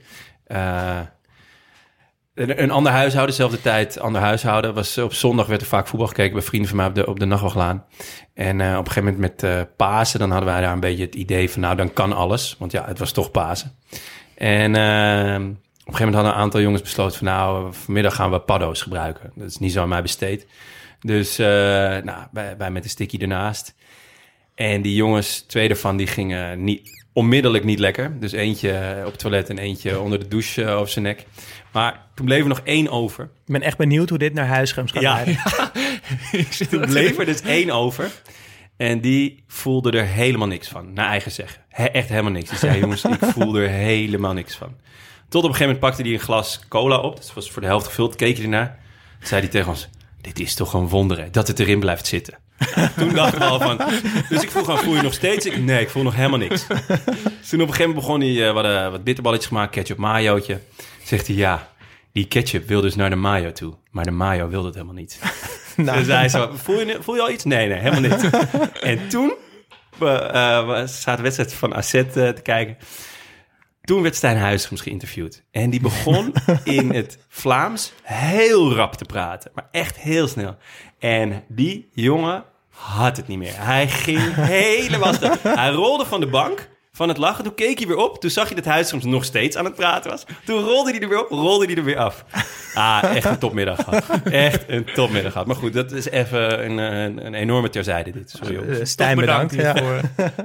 Een ander huishouden, dezelfde tijd, ander huishouden. Was, op zondag werd er vaak voetbal gekeken bij vrienden van mij op de Nachtwachtlaan. En op een gegeven moment met Pasen, dan hadden wij daar een beetje het idee van... nou, dan kan alles, want ja, het was toch Pasen. En op een gegeven moment hadden een aantal jongens besloten van... nou, vanmiddag gaan we paddo's gebruiken. Dat is niet zo aan mij besteed. Dus wij met een sticky ernaast. En die jongens, 2 daarvan, die gingen onmiddellijk niet lekker. Dus eentje op het toilet en eentje onder de douche over zijn nek. Maar toen bleef er nog 1 over. Ik ben echt benieuwd hoe dit naar Huisrems gaat leiden. Toen bleef er dus 1 over. En die voelde er helemaal niks van, naar eigen zeggen. Echt helemaal niks. Die zei, jongens, ik voel er helemaal niks van. Tot op een gegeven moment pakte hij een glas cola op. Dat was voor de helft gevuld. Keek hij ernaar. Toen zei hij tegen ons, dit is toch een wonder, hè, dat het erin blijft zitten. Toen dachten we al van... Dus ik vroeg aan, voel je nog steeds? Nee, ik voel nog helemaal niks. Dus toen op een gegeven moment begon hij... wat bitterballetjes gemaakt, ketchup, mayootje. Zegt hij, ja, die ketchup wil dus naar de mayo toe. Maar de mayo wilde het helemaal niet. Dus hij zo, voel je al iets? Nee, helemaal niet. En toen we zaten de wedstrijd van AZ te kijken. Toen werd Stijn Huisrems geïnterviewd. En die begon in het Vlaams heel rap te praten. Maar echt heel snel. En die jongen had het niet meer. Hij ging helemaal stil. Hij rolde van de bank, van het lachen. Toen keek hij weer op. Toen zag je dat Huisrems nog steeds aan het praten was. Toen rolde hij er weer op, rolde hij er weer af. Echt een topmiddag gehad. Echt een topmiddag gehad. Maar goed, dat is even een enorme terzijde dit. Sorry, jongens. Stijn, bedankt hiervoor.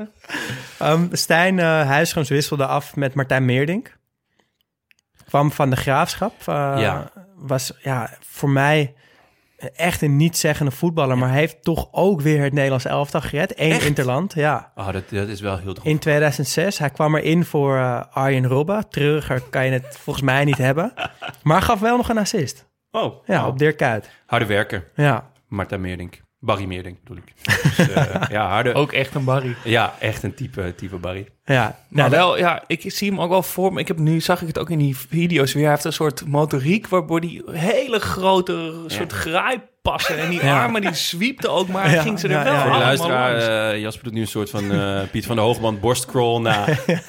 Stijn Huisrems wisselde af met Martijn Meerdink. Kwam van de Graafschap. Was voor mij echt een niet-zeggende voetballer... maar heeft toch ook weer het Nederlands elftal gered. 1 interland, ja. Oh, dat is wel heel goed. In 2006. Hij kwam erin voor Arjen Robben. Treuriger kan je het volgens mij niet hebben. Maar gaf wel nog een assist. Oh. Ja, op Dirk Kuyt. Harde werker. Ja. Martijn Meerdink. Barry Meerdink bedoel ik. Dus, harde. Ook echt een Barry. Ja, echt een type Barry. Ja. Maar ik zie hem ook wel voor me. Zag ik het ook in die video's weer. Hij heeft een soort motoriek waardoor die hele grote soort graaipassen en die armen die zwiepten ook, maar ging ze er wel Voor de allemaal luisteraar, Jasper doet nu een soort van Piet van de Hoogband borstcrawl na.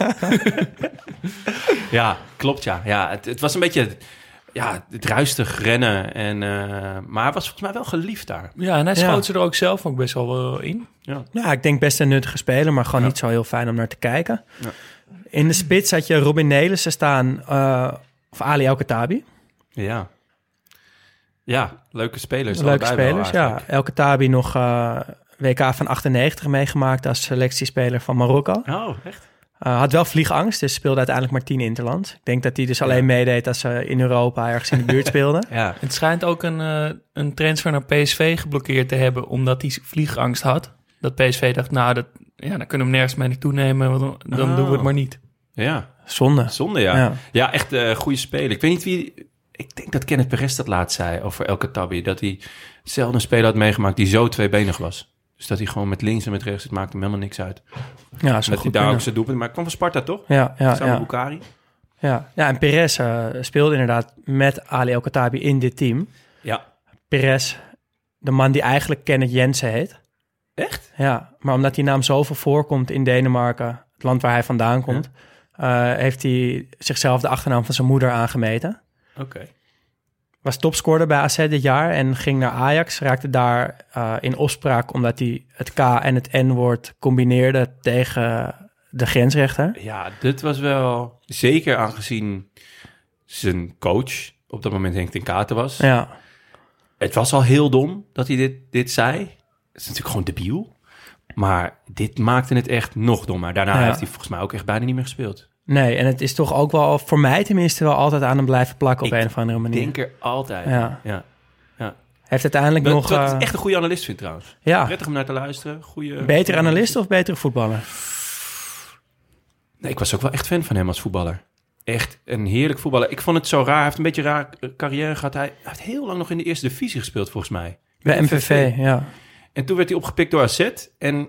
Ja, klopt ja. Het was een beetje... Ja, het ruistig rennen. Maar hij was volgens mij wel geliefd daar. Ja, en hij schoot ze er ook zelf ook best wel in. Ja, ik denk best een nuttige speler, maar gewoon niet zo heel fijn om naar te kijken. Ja. In de spits had je Robin Nelissen staan of Ali El Khattabi. Ja, leuke spelers. Leuke spelers, ja. El Khattabi nog WK van 98 meegemaakt als selectiespeler van Marokko. Oh, echt? Had wel vliegangst, dus speelde uiteindelijk maar 10 interlands. Ik denk dat hij dus alleen meedeed als ze in Europa ergens in de buurt speelden. Ja. Het schijnt ook een transfer naar PSV geblokkeerd te hebben, omdat hij vliegangst had. Dat PSV dacht, nou, dan kunnen we hem nergens mee naartoe nemen, want dan doen we het maar niet. Ja. Zonde, ja. Ja, echt goede speler. Ik weet niet wie... Ik denk dat Kenneth Perez dat laatst zei over El Khattabi, dat hij zelden een speler had meegemaakt die zo tweebenig was. Dus dat hij gewoon met links en met rechts, het maakte hem helemaal niks uit. Ja, dat hij daar ook zijn doelpunt, maar ik kwam van Sparta, toch? Ja. Samen Bukhari. Ja, en Perez speelde inderdaad met Ali El Khattabi in dit team. Ja. Perez, de man die eigenlijk Kenneth Jensen heet. Echt? Ja, maar omdat die naam zoveel voorkomt in Denemarken, het land waar hij vandaan komt, heeft hij zichzelf de achternaam van zijn moeder aangemeten. Oké. Was topscorer bij AZ dit jaar en ging naar Ajax. Raakte daar in opspraak omdat hij het K en het N-woord combineerde tegen de grensrechter. Ja, dit was wel... Zeker aangezien zijn coach op dat moment Henk ten Katen was. Ja. Het was al heel dom dat hij dit zei. Het is natuurlijk gewoon debiel. Maar dit maakte het echt nog dommer. Daarna heeft hij volgens mij ook echt bijna niet meer gespeeld. Nee, en het is toch ook wel, voor mij tenminste, wel altijd aan hem blijven plakken op een of andere manier. Ik denk er altijd. Ja. Heeft uiteindelijk nog... Wat ik echt een goede analist vind trouwens. Ja. Prettig om naar te luisteren. Betere analist of betere voetballer? Nee, ik was ook wel echt fan van hem als voetballer. echt een heerlijk voetballer. Ik vond het zo raar. Hij heeft een beetje een raar carrière gehad. Hij heeft heel lang nog in de eerste divisie gespeeld, volgens mij. Bij MVV, ja. En toen werd hij opgepikt door AZ. En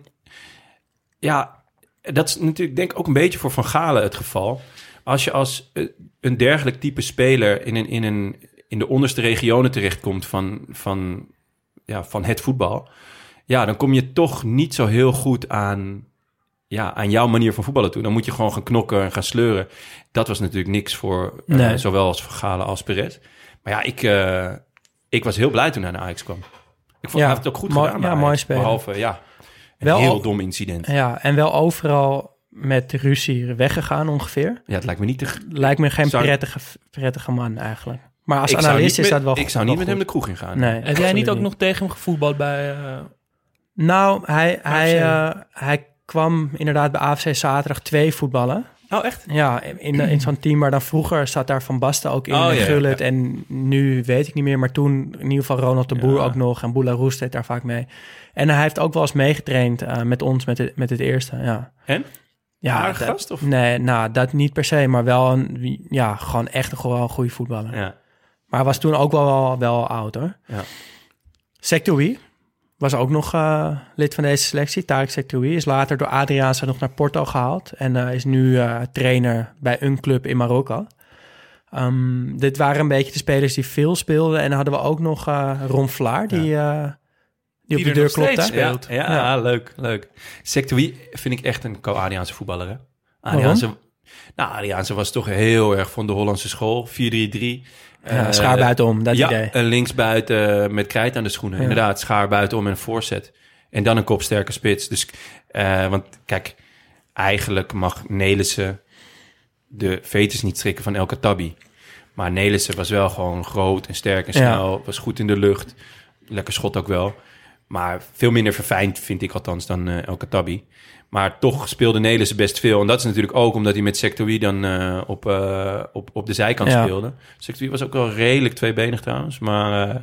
ja, dat is natuurlijk denk ik ook een beetje voor Van Gaalen het geval. Als je als een dergelijk type speler in de onderste regionen terechtkomt van het voetbal, ja, dan kom je toch niet zo heel goed aan jouw manier van voetballen toe. Dan moet je gewoon gaan knokken en gaan sleuren. Dat was natuurlijk niks voor zowel als Van Gaalen als Perez. Maar ja, ik was heel blij toen hij naar Ajax kwam. Ik vond hij heeft het ook goed gedaan. Ja, mooi spelen. Behalve, een heel dom incident. Ja, en wel overal met ruzie weggegaan ongeveer. Ja, het lijkt me niet lijkt me geen prettige man eigenlijk. Maar als analist is dat wel goed. Ik zou niet met hem de kroeg ingaan. Nee, heb jij niet ook nog tegen hem gevoetbald bij... Nou, hij kwam inderdaad bij AFC Zaterdag 2 voetballen. Oh, echt? Ja, in zo'n team. Maar dan vroeger zat daar Van Basten ook in. En Gullit. Ja. En nu weet ik niet meer. Maar toen in ieder geval Ronald de Boer ook nog. En Boula Roest deed daar vaak mee. En hij heeft ook wel eens meegetraind met ons, met het eerste. Ja. En? Ja, aardige gast? Of? Nee, nou, dat niet per se. Maar wel gewoon echt een goede voetballer. Ja. Maar hij was toen ook wel oud, hoor. Ja. Sectoui was ook nog lid van deze selectie. Tarek Sectoui is later door Adriaanse nog naar Porto gehaald. En is nu trainer bij een club in Marokko. Dit waren een beetje de spelers die veel speelden. En dan hadden we ook nog Ron Vlaar, die op de deur klopte. Ja, leuk. Sectoui vind ik echt een co-Adriaanse voetballer, hè? Adriaanse was toch heel erg van de Hollandse school. 4-3-3. Schaar buitenom, dat idee. Een linksbuiten met krijt aan de schoenen. Ja. Inderdaad, schaar buitenom en een voorzet. En dan een kopsterke spits. Dus, want kijk, eigenlijk mag Nelissen de veters niet strikken van El Khattabi. Maar Nelissen was wel gewoon groot en sterk en snel. Ja. Was goed in de lucht. Lekker schot ook wel. Maar veel minder verfijnd, vind ik althans, dan El Khattabi. Maar toch speelde Nelissen best veel. En dat is natuurlijk ook omdat hij met Sectoui dan op de zijkant speelde. Sectoui was ook wel redelijk tweebenig trouwens. Maar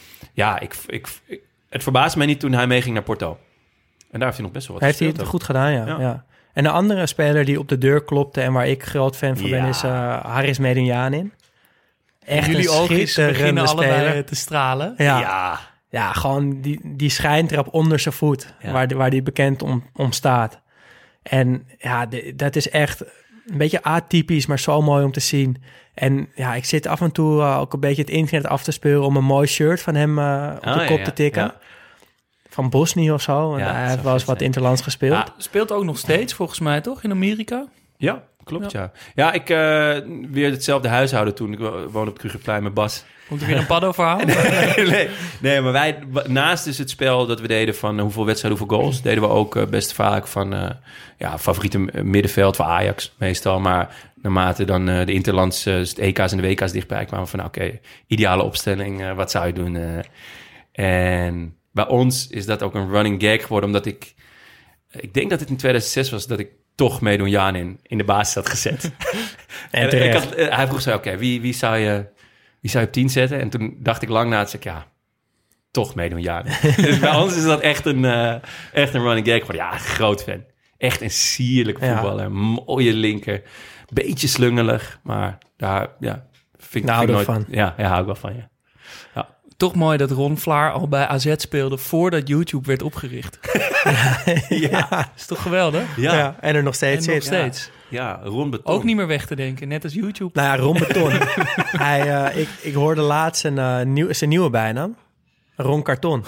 het verbaasde mij niet toen hij meeging naar Porto. En daar heeft hij nog best wel wat heeft hij het goed gedaan, ja. En de andere speler die op de deur klopte en waar ik groot fan van ben, is Haris Medunjanin. Echt jullie ogen beginnen allebei te stralen. Ja, gewoon die schijntrap onder zijn voet, waar die bekend om staat. En ja, dat is echt een beetje atypisch, maar zo mooi om te zien. En ja, ik zit af en toe ook een beetje het internet af te speuren om een mooi shirt van hem op de kop te tikken. Ja. Van Bosnië of zo. Hij heeft wel eens wat interlands gespeeld. Ja, speelt ook nog steeds, volgens mij, toch? In Amerika? Ja, klopt, ja. Ja, ik weer hetzelfde huishouden toen. Ik woon op Krugerplein met Bas. Komt er weer een paddo-verhaal? nee, maar wij, naast dus het spel dat we deden van hoeveel wedstrijden, hoeveel goals, deden we ook best vaak van favoriete middenveld voor Ajax meestal. Maar naarmate dan de interlands, de EK's en de WK's dichtbij kwamen van ideale opstelling, wat zou je doen? En bij ons is dat ook een running gag geworden, omdat ik denk dat het in 2006 was dat ik toch Medunjanin in de basis had gezet. En hij vroeg zo, wie zou je op 10 zetten? En toen dacht ik lang na, zei ik, toch Medunjanin. Dus bij ons is dat echt een running gag geworden. Ja, groot fan. Echt een sierlijke voetballer. Mooie linker. Beetje slungelig, maar daar vind ik nooit van. Ja, hou ik wel van, ja. Toch mooi dat Ron Vlaar al bij AZ speelde voordat YouTube werd opgericht. Ja, is toch geweldig? Ja, en er nog steeds zit. Ja, Ron Beton. Ook niet meer weg te denken, net als YouTube. Nou ja, Ron Beton. Ik hoorde laatst zijn nieuwe bijnaam. Ron Karton.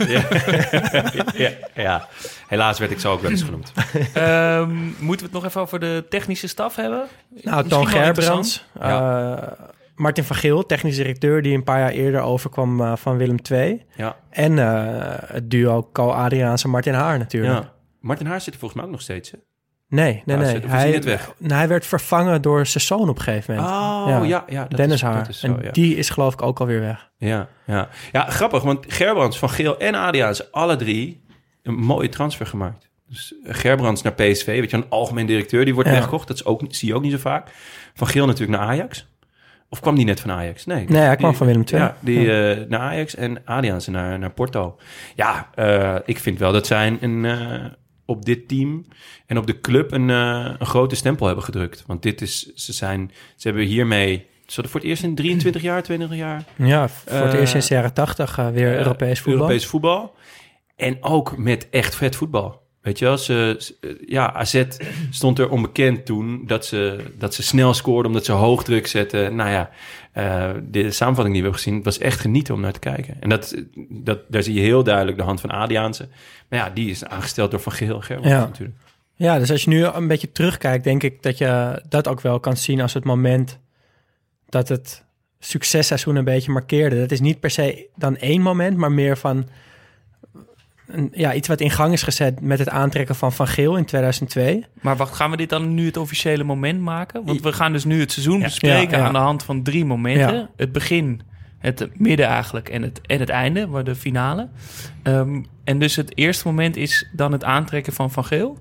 Ja, helaas werd ik zo ook wel eens genoemd. Moeten we het nog even over de technische staf hebben? Nou, Toon Gerbrands. Martin van Geel, technisch directeur, die een paar jaar eerder overkwam van Willem II. Ja. En het duo Co-Adriaanse Martin Haar natuurlijk. Ja. Martin Haar zit er volgens mij ook nog steeds, hè? Nee. Hij werd vervangen door zijn zoon op een gegeven moment. Oh, Dennis Haar. En die is geloof ik ook alweer weg. Ja, grappig, want Gerbrands, Van Geel en Adriaanse, alle drie een mooie transfer gemaakt. Dus Gerbrands naar PSV, weet je, een algemeen directeur, die wordt weggekocht. Dat is ook, zie je ook niet zo vaak. Van Geel natuurlijk naar Ajax. Of kwam die net van Ajax? Nee, hij kwam van Willem II. Ja, naar Ajax en Adriaanse naar Porto. Ja, ik vind wel dat zij op dit team en op de club een grote stempel hebben gedrukt. Want ze hebben hiermee... Ze hadden voor het eerst in 22 jaar, 22 jaar... Ja, voor het eerst sinds de jaren 80 weer Europees voetbal. Europees voetbal. En ook met echt vet voetbal. Weet je wel, AZ stond er onbekend toen dat ze snel scoorden omdat ze hoog druk zetten. Nou ja, de samenvatting die we hebben gezien, het was echt genieten om naar te kijken. En daar zie je heel duidelijk de hand van Adriaanse. Maar ja, die is aangesteld door Van Geel Gerbrand natuurlijk. Ja, dus als je nu een beetje terugkijkt, denk ik dat je dat ook wel kan zien als het moment dat het successeizoen een beetje markeerde. Dat is niet per se dan één moment, maar meer van iets wat in gang is gezet met het aantrekken van Van Geel in 2002. Maar wacht, gaan we dit dan nu het officiële moment maken? Want we gaan dus nu het seizoen bespreken aan de hand van 3 momenten. Ja. Het begin, het midden eigenlijk en het einde, waar de finale. En dus het eerste moment is dan het aantrekken van Van Geel?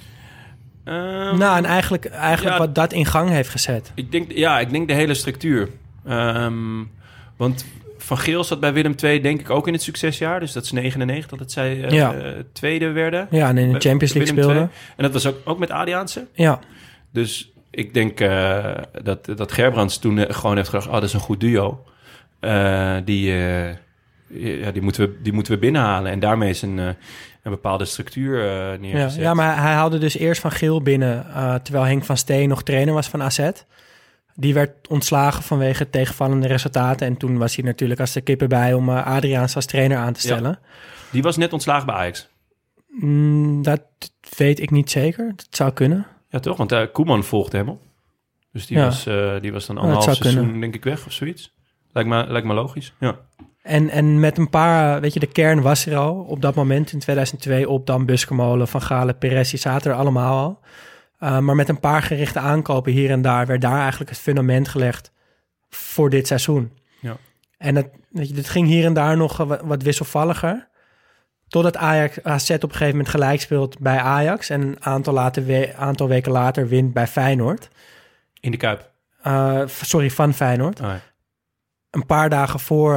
En eigenlijk wat dat in gang heeft gezet. Ik denk de hele structuur. Want Van Geel zat bij Willem II denk ik ook in het succesjaar. Dus dat is 99 dat zij tweede werden. Ja, en in de Champions League speelden. En dat was ook met Adriaanse. Ja. Dus ik denk dat Gerbrands toen gewoon heeft gedacht... dat is een goed duo. Die moeten we binnenhalen. En daarmee is een bepaalde structuur neergezet. Ja, maar hij haalde dus eerst Van Geel binnen... terwijl Henk van Steen nog trainer was van AZ. Die werd ontslagen vanwege tegenvallende resultaten. En toen was hij natuurlijk als de kippen bij... om Adriaans als trainer aan te stellen. Ja. Die was net ontslagen bij Ajax. Dat weet ik niet zeker. Dat zou kunnen. Ja, toch? Want Koeman volgde hem op. Dus die was dan 1,5 seizoen denk ik weg of zoiets. Lijkt me logisch, ja. En met een paar, de kern was er al op dat moment in 2002... Opdam, Buskermolen, Van Galen, Perez, die zaten er allemaal al. Maar met een paar gerichte aankopen hier en daar... werd daar eigenlijk het fundament gelegd voor dit seizoen. Ja. En het ging hier en daar nog wat wisselvalliger... totdat AZ op een gegeven moment gelijk speelt bij Ajax... en een aantal weken later wint bij Feyenoord. In de Kuip? Van Feyenoord. Oh, ja. Een paar dagen voor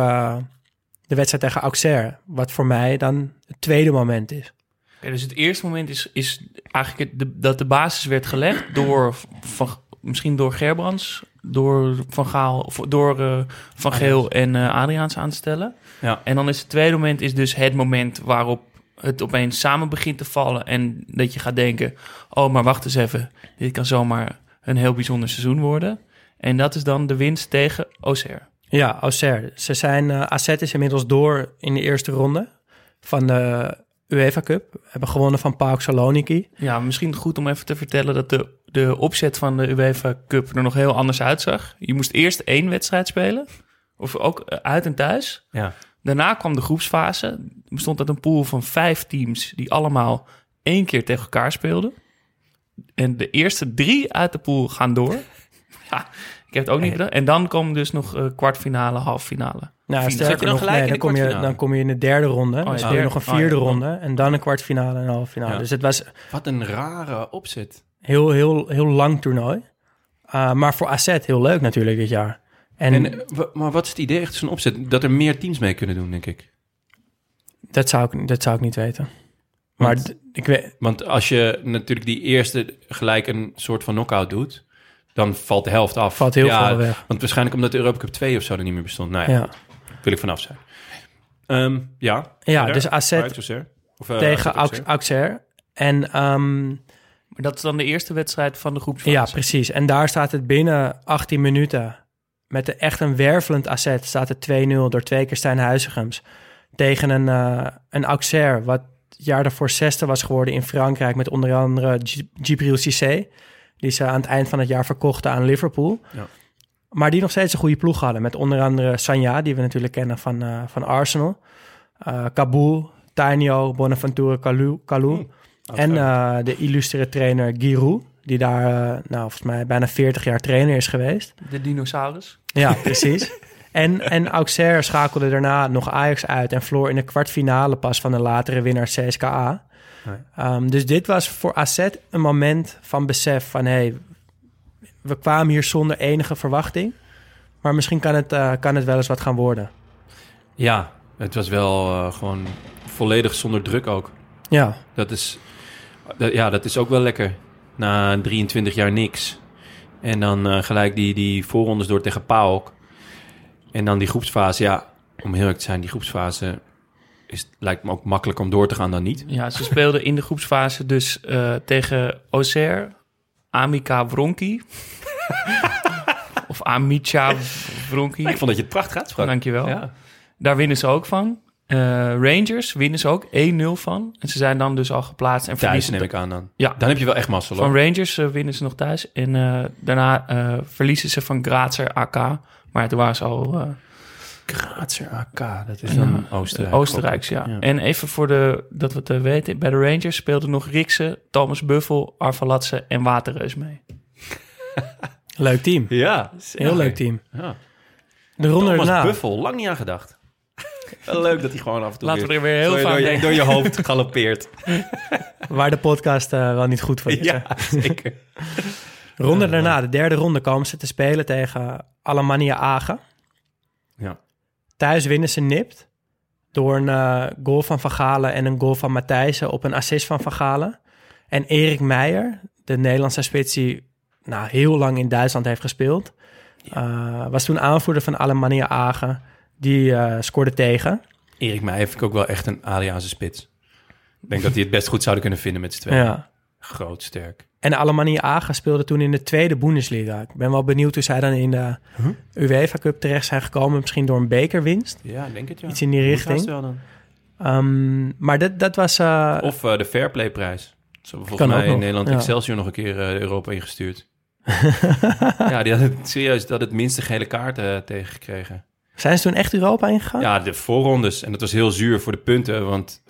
de wedstrijd tegen Auxerre... wat voor mij dan het tweede moment is. Ja, dus het eerste moment is eigenlijk dat de basis werd gelegd door misschien door Gerbrands, door Van Gaal of door Van Geel en Adriaans aan te stellen. Ja. En dan is het tweede moment is dus het moment waarop het opeens samen begint te vallen en dat je gaat denken: oh, maar wacht eens even, dit kan zomaar een heel bijzonder seizoen worden. En dat is dan de winst tegen Auxerre. Ja, Auxerre. AZ is inmiddels door in de eerste ronde van de UEFA Cup. Hebben gewonnen van PAOK Saloniki. Ja, misschien goed om even te vertellen dat de opzet van de UEFA Cup er nog heel anders uitzag. Je moest eerst 1 wedstrijd spelen, of ook uit en thuis. Ja. Daarna kwam de groepsfase. Er bestond uit een pool van 5 teams die allemaal 1 keer tegen elkaar speelden. En de eerste 3 uit de pool gaan door. Ja, ik heb het ook niet gedaan. En dan komen dus nog kwartfinale, halffinale. Nou, sterker nog, dan kom je in de derde ronde. Dan speel je nog een 4e ronde. En dan een kwartfinale en een halffinale. Ja. Dus het was... Wat een rare opzet. Heel lang toernooi. Maar voor AZ heel leuk natuurlijk dit jaar. Maar wat is het idee echt zo'n opzet? Dat er meer teams mee kunnen doen, denk ik. Dat zou ik niet weten. Want als je natuurlijk die eerste gelijk een soort van knock-out doet... dan valt de helft af. Valt heel veel weg. Want waarschijnlijk omdat de Europa Cup 2 of zo er niet meer bestond. Nou ja, wil ik vanaf zijn. Dus AZ tegen Auxerre. En... maar dat is dan de eerste wedstrijd van de groepsfase. Ja, precies. En daar staat het binnen 18 minuten... met echt een wervelend AZ staat het 2-0... door 2 keer Stijn Huizigems... tegen een Auxerre... wat het jaar daarvoor 6e was geworden in Frankrijk... met onder andere Djibril Cissé... die ze aan het eind van het jaar verkochten aan Liverpool. Ja. Maar die nog steeds een goede ploeg hadden... met onder andere Sagna, die we natuurlijk kennen van Arsenal... Kaboul, Tainio, Bonaventure, Kalou... en de illustere trainer Giroud... die daar volgens mij bijna 40 jaar trainer is geweest. De dinosaurus. Ja, precies. En Auxerre schakelde daarna nog Ajax uit... en verloor in de kwartfinale pas van de latere winnaar CSKA... dus dit was voor AZ een moment van besef van... we kwamen hier zonder enige verwachting... maar misschien kan het wel eens wat gaan worden. Ja, het was wel gewoon volledig zonder druk ook. Ja. Dat is Dat is ook wel lekker. Na 23 jaar niks. En dan gelijk die voorrondes door tegen PAOK. En dan die groepsfase. Ja, om heel erg te zijn, die groepsfase lijkt me ook makkelijker om door te gaan dan niet. Ja, ze speelden in de groepsfase dus tegen Auxerre, Amica Wronki. Of Amica Wronki. Ik vond dat je het prachtig uitsprak. Dankjewel. Ja. Daar winnen ze ook van. Rangers winnen ze ook 1-0 van. En ze zijn dan dus al geplaatst. En Thuis neem ik aan dan. Ja. Dan heb je wel echt mazzel, hoor. Van Rangers winnen ze nog thuis. En daarna verliezen ze van Grazer AK. Maar toen waren ze al... Grazer AK, dat is dan Oostenrijk. Oostenrijks, ja. En even voor dat we het weten. Bij de Rangers speelden nog Rikse, Thomas Buffel, Arvalatse en Waterreus mee. Leuk team. Ja. Heel leuk team. Ja. De ronde Thomas erna. Buffel, lang niet aan gedacht. Wel leuk dat hij gewoon af en toe Laten we er weer heel vaak door je hoofd galoppeert. Waar de podcast wel niet goed voor is. Ja, zeker. Ronde daarna, de derde ronde, komen ze te spelen tegen Alemannia Aachen. Ja. Thuis winnen ze nipt door een goal van Van Galen en een goal van Matthijssen op een assist van Van Galen. En Erik Meijer, de Nederlandse spits die heel lang in Duitsland heeft gespeeld, was toen aanvoerder van Alemannia Aachen. Die scoorde tegen. Erik Meijer vind ik ook wel echt een Adriaanse spits. Ik denk dat die het best goed zouden kunnen vinden met z'n tweeën. Ja. Groot, sterk. En Alemannia Aachen speelde toen in de tweede Bundesliga. Ik ben wel benieuwd hoe zij dan in de UEFA Cup terecht zijn gekomen. Misschien door een bekerwinst. Ja, ik denk het, ja. Iets in die richting. Wel dan. Maar dat was... Of de Fairplay-prijs. Ze hebben volgens mij in Nederland Excelsior nog een keer Europa ingestuurd. Ja, die had serieus het minste gele kaarten tegengekregen. Zijn ze toen echt Europa ingegaan? Ja, de voorrondes. En dat was heel zuur voor de punten. Want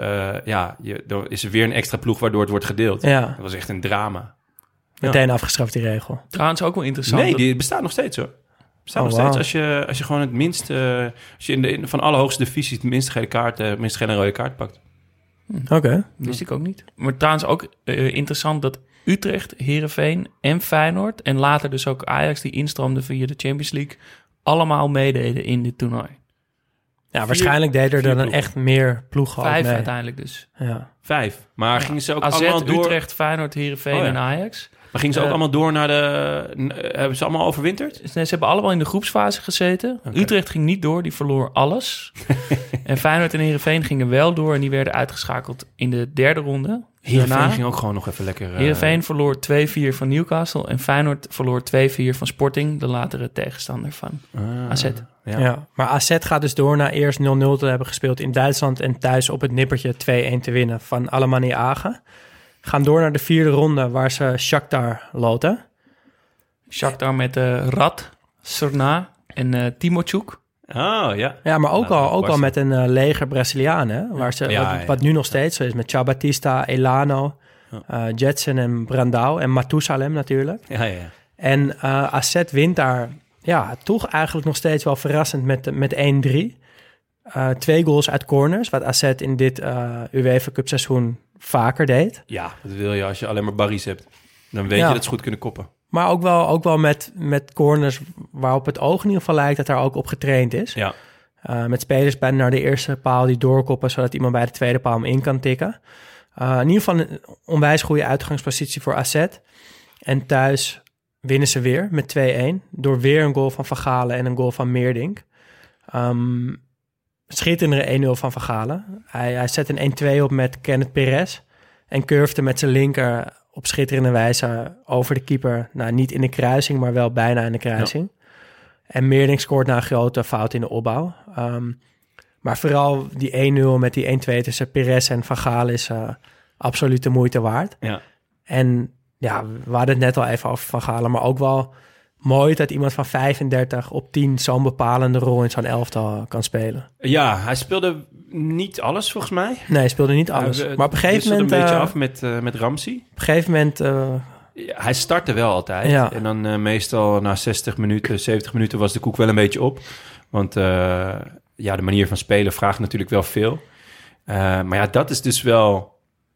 dan is er weer een extra ploeg waardoor het wordt gedeeld. Ja. Dat was echt een drama. Meteen afgeschaft die regel. Trouwens ook wel interessant. Nee, die bestaat nog steeds hoor. Bestaat nog steeds. Als je gewoon het minste... als je van alle hoogste divisies het minste gele rode kaart pakt. Oké. Wist ik ook niet. Maar trouwens ook interessant dat Utrecht, Heerenveen en Feyenoord... en later dus ook Ajax die instroomde via de Champions League... allemaal meededen in dit toernooi. Ja, waarschijnlijk deden er dan echt meer ploegen 5 mee. uiteindelijk dus. Ja. 5. Maar gingen ze ook AZ, allemaal door... Utrecht, Feyenoord, Heerenveen en Ajax. Maar gingen ze ook allemaal door naar de... Hebben ze allemaal overwinterd? Nee, ze hebben allemaal in de groepsfase gezeten. Okay. Utrecht ging niet door, die verloor alles. En Feyenoord en Heerenveen gingen wel door... en die werden uitgeschakeld in de derde ronde. Heerenveen ging ook gewoon nog even lekker... Heerenveen verloor 2-4 van Newcastle... en Feyenoord verloor 2-4 van Sporting... de latere tegenstander van AZ. Ja, maar AZ gaat dus door na eerst 0-0 te hebben gespeeld in Duitsland... en thuis op het nippertje 2-1 te winnen van Alemannia Aachen. Gaan door naar de vierde ronde waar ze Shakhtar loten. Shakhtar met Rad, Serna en Timochuk. Oh, ja. Ja, maar ook al met een leger Brazilianen. Waar ze, wat nu nog steeds zo is met Chabatista, Elano, Jetson en Brandao en Matusalem natuurlijk. Ja. En AZ wint daar toch eigenlijk nog steeds wel verrassend met 1-3. 2 goals uit corners, wat AZ in dit UEFA Cup seizoen vaker deed. Ja, dat wil je als je alleen maar barries hebt. Dan weet je dat ze goed kunnen koppen. Maar ook wel met corners waarop het oog in ieder geval lijkt dat daar ook op getraind is. Ja. Met spelers bijna naar de eerste paal die doorkoppen, zodat iemand bij de tweede paal hem in kan tikken. In ieder geval een onwijs goede uitgangspositie voor AZ. En thuis winnen ze weer met 2-1. Door weer een goal van Van Galen en een goal van Meerdink. Schitterende 1-0 van Van Galen. Hij zet een 1-2 op met Kenneth Perez. En curvede met zijn linker op schitterende wijze over de keeper. Nou, niet in de kruising, maar wel bijna in de kruising. Ja. En Meerdink scoort na een grote fout in de opbouw. Maar vooral die 1-0 met die 1-2 tussen Perez en Van Galen is absoluut de moeite waard. Ja. En ja, we hadden het net al even over Van Galen, maar ook wel mooi dat iemand van 35 op 10 zo'n bepalende rol in zo'n elftal kan spelen. Ja, hij speelde niet alles volgens mij. Nee, hij speelde niet alles. Maar op een gegeven moment... een beetje af met Ramsey. Op een gegeven moment... hij startte wel altijd. Ja. En dan meestal na 60 minuten, 70 minuten was de koek wel een beetje op. Want de manier van spelen vraagt natuurlijk wel veel. Maar ja, dat is dus wel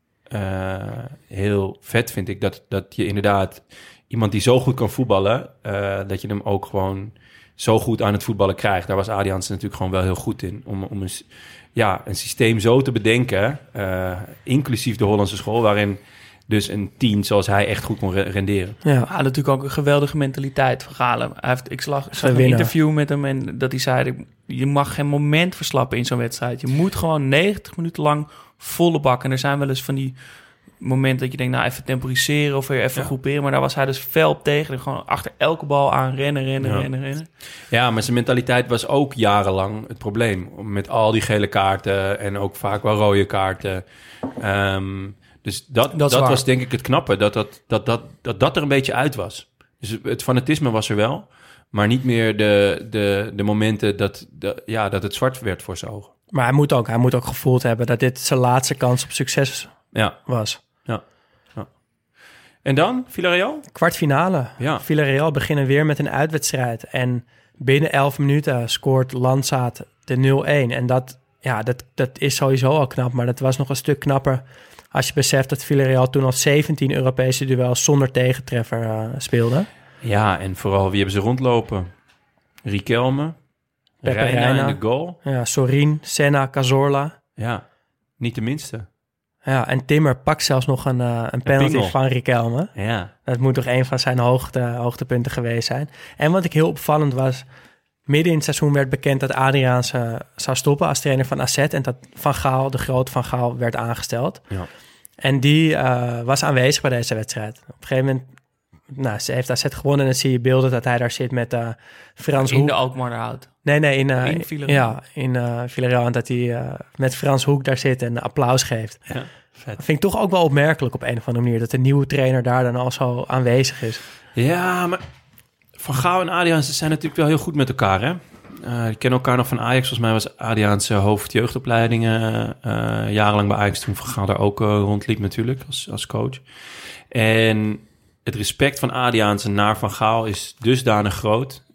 heel vet, vind ik. Dat je inderdaad iemand die zo goed kan voetballen, dat je hem ook gewoon zo goed aan het voetballen krijgt. Daar was Adi Hansen natuurlijk gewoon wel heel goed in. Om een systeem zo te bedenken, inclusief de Hollandse school, waarin Dus een 10 zoals hij echt goed kon renderen. Ja. Hij had natuurlijk ook een geweldige mentaliteit van Galen. Ik zag een winnen. interview met hem en dat hij zei... je mag geen moment verslappen in zo'n wedstrijd. Je moet gewoon 90 minuten lang volle bak. En er zijn wel eens van die momenten dat je denkt... nou, even temporiseren of weer even groeperen. Maar daar was hij dus fel op tegen. En gewoon achter elke bal aan rennen. Ja, maar zijn mentaliteit was ook jarenlang het probleem. Met al die gele kaarten en ook vaak wel rode kaarten. Dus dat was denk ik het knappe. Dat er een beetje uit was. Dus het fanatisme was er wel. Maar niet meer de momenten dat het zwart werd voor zijn ogen. Maar hij moet ook gevoeld hebben dat dit zijn laatste kans op succes was. Ja. En dan, Villarreal? Kwartfinale. Ja. Villarreal beginnen weer met een uitwedstrijd. En binnen 11 minuten scoort Landzaat de 0-1. En dat is sowieso al knap. Maar dat was nog een stuk knapper als je beseft dat Villarreal toen al 17 Europese duels zonder tegentreffer speelde. Ja, en vooral wie hebben ze rondlopen? Riquelme, Pepe Reina in de goal. Ja, Sorin, Senna, Cazorla. Ja, niet de minste. Ja, en Timmer pakt zelfs nog een penalty pingel van Riquelme. Ja. Dat moet toch een van zijn hoogtepunten geweest zijn. En wat ik heel opvallend was... midden in het seizoen werd bekend dat Adriaanse zou stoppen als trainer van AZ... en dat Van Gaal, de grote Van Gaal, werd aangesteld. Ja. En die was aanwezig bij deze wedstrijd. Op een gegeven moment... Nou, ze heeft AZ gewonnen en dan zie je beelden dat hij daar zit met Frans Hoek. In de Alkmaarderhout. Nee, in Villarreal. Ja, in Villarreal. En dat hij met Frans Hoek daar zit en applaus geeft. Ja, vet. Dat vind ik toch ook wel opmerkelijk op een of andere manier... dat de nieuwe trainer daar dan al zo aanwezig is. Ja, maar Van Gaal en Adriaanse zijn natuurlijk wel heel goed met elkaar, hè? Die kennen elkaar nog van Ajax. Volgens mij was Adriaanse hoofdjeugdopleidingen jarenlang bij Ajax... toen Van Gaal daar ook rondliep natuurlijk als coach. En... het respect van Adriaanse naar Van Gaal is dusdanig groot...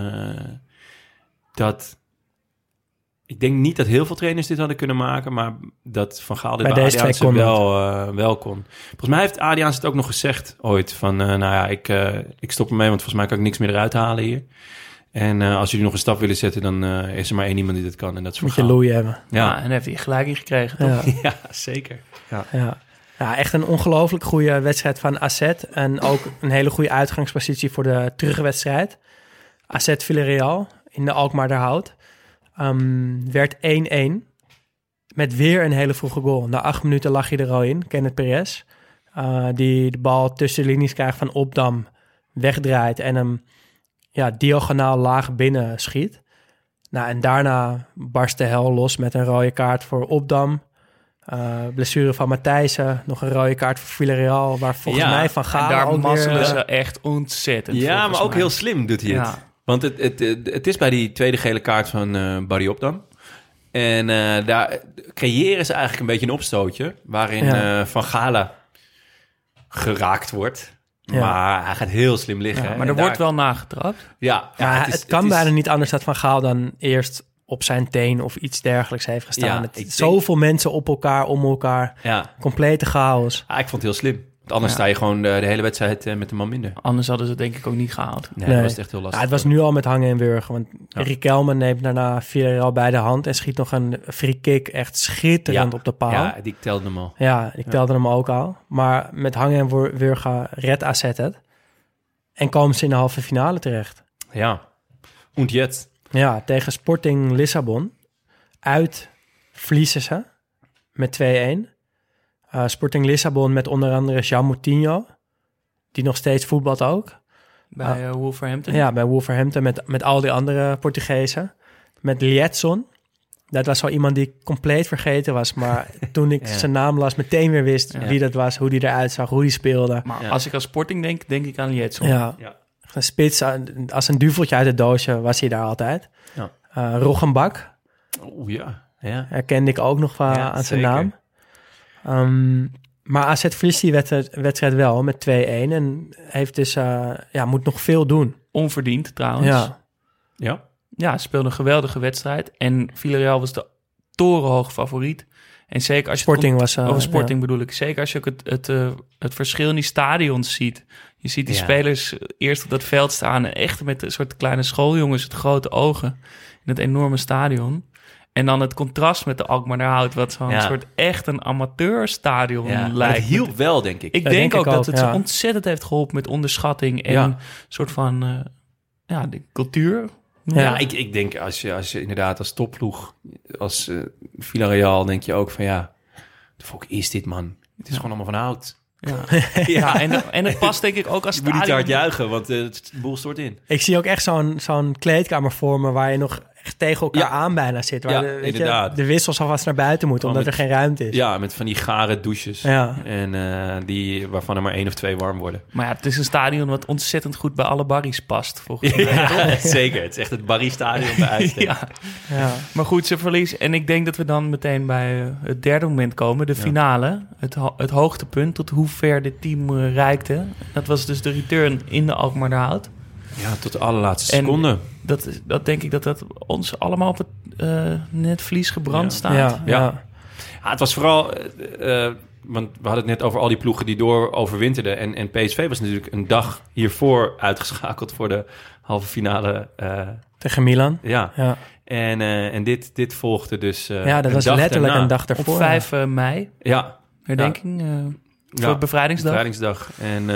dat... ik denk niet dat heel veel trainers dit hadden kunnen maken... maar dat Van Gaal dit bij Adriaanse wel kon. Volgens mij heeft Adriaanse het ook nog gezegd ooit... van ik stop ermee... want volgens mij kan ik niks meer eruit halen hier. En als jullie nog een stap willen zetten... dan is er maar één iemand die dit kan en dat is Van Gaal. Moet je Louis hebben. Ja, en daar heeft hij gelijk in gekregen, toch? Ja, zeker. Ja. Ja, echt een ongelooflijk goede wedstrijd van AZ. En ook een hele goede uitgangspositie voor de terugwedstrijd. AZ Villarreal in de Alkmaarderhout. Werd 1-1. Met weer een hele vroege goal. Na 8 minuten lag hij er al in, Kenneth Perez. Die de bal tussen de linies krijgt van Opdam. Wegdraait en hem diagonaal laag binnen schiet. Nou, en daarna barst de hel los met een rode kaart voor Opdam. Blessure van Matthijssen, nog een rode kaart voor Villarreal, waar volgens mij Van Gaal daar ook masselen weer... ze echt ontzettend. Ja, maar ook mij. heel slim doet hij het. Ja. Want het is bij die tweede gele kaart van Barry Opdam. En daar creëren ze eigenlijk een beetje een opstootje... waarin Van Gala geraakt wordt... Ja. Maar hij gaat heel slim liggen. Ja, maar er wordt wel nagetrapt. Ja, het kan bijna niet anders dat Van Gaal dan eerst op zijn teen of iets dergelijks heeft gestaan. Ja, zoveel mensen op elkaar, om elkaar. Ja. Complete chaos. Ik vond het heel slim. Want anders sta je gewoon de hele wedstrijd met een man minder. Anders hadden ze het denk ik ook niet gehaald. Nee. Dat was echt heel lastig. Het was nu al met hangen en wurgen. Want Riquelme neemt daarna Villarreal bij de hand... en schiet nog een free kick echt schitterend op de paal. Ja, die telde hem al. Ja, ik telde hem ook al. Maar met hangen en wurgen redt AZ het. En komen ze in de halve finale terecht. Ja. Und jetzt? Ja, tegen Sporting Lissabon. Uit verliezen ze met 2-1. Sporting Lissabon met onder andere Jean Moutinho, die nog steeds voetbalt ook. Bij Wolverhampton. Ja, bij Wolverhampton met al die andere Portugezen. Met Liedson. Dat was wel iemand die ik compleet vergeten was. Maar toen ik zijn naam las, meteen weer wist wie dat was, hoe die eruit zag, hoe die speelde. Maar als ik aan Sporting denk ik aan Liedson. Ja. Een spits, als een duveltje uit het doosje was hij daar altijd. Ja. Roggenbak. Oeh, ja. Herkende ik ook nog aan zijn naam. Maar AZ verliest die wedstrijd wel met 2-1 en heeft dus, moet nog veel doen. Onverdiend trouwens. Ja, speelde een geweldige wedstrijd en Villarreal was de torenhoog favoriet. En zeker als je Sporting Sporting bedoel ik. Zeker als je ook het verschil in die stadions ziet. Je ziet die spelers eerst op dat veld staan en echt met een soort kleine schooljongens met grote ogen in het enorme stadion. En dan het contrast met de Alkmaarderhout, wat zo'n soort echt een amateurstadion Maar lijkt. het hielp wel, denk ik. Ik Ja, denk denk ook ik dat ook, het ja. ontzettend heeft geholpen met onderschatting en een soort van de cultuur. Ja, ik denk als je inderdaad als topploeg, als Villarreal, denk je ook van de fuck is dit, man? Het is gewoon allemaal van hout. Ja, en het past denk ik ook als Je moet niet te hard stadion. juichen, want de boel stort in. Ik zie ook echt zo'n kleedkamer vormen waar je nog echt tegen elkaar Ja. aan bijna zit. Waar Ja, weet je, inderdaad. de wissels alvast naar buiten moeten, omdat Gewoon er geen ruimte is. Ja, met van die gare douches. Ja. En waarvan er maar 1 of 2 warm worden. Maar ja, het is een stadion wat ontzettend goed bij alle barries past, volgens mij. Ja, zeker. Het is echt het Barry-stadion bij uitstek. Ja. Ja. Maar goed, ze verliezen. En ik denk dat we dan meteen bij het derde moment komen. De finale. Het hoogtepunt tot hoe ver dit team reikte. Dat was dus de return in de Alkmaarderhout. Ja, tot de allerlaatste En- seconde. Dat denk ik dat ons allemaal op het netvlies gebrand staat. Ja. Ja, het was vooral... want we hadden het net over al die ploegen die overwinterden. En PSV was natuurlijk een dag hiervoor uitgeschakeld voor de halve finale. Tegen Milan. Ja. Ja, En dit volgde dus ja dat een was dag letterlijk daarna. een dag Op daarvoor. 5 mei, Ja, herdenking, voor bevrijdingsdag. bevrijdingsdag. En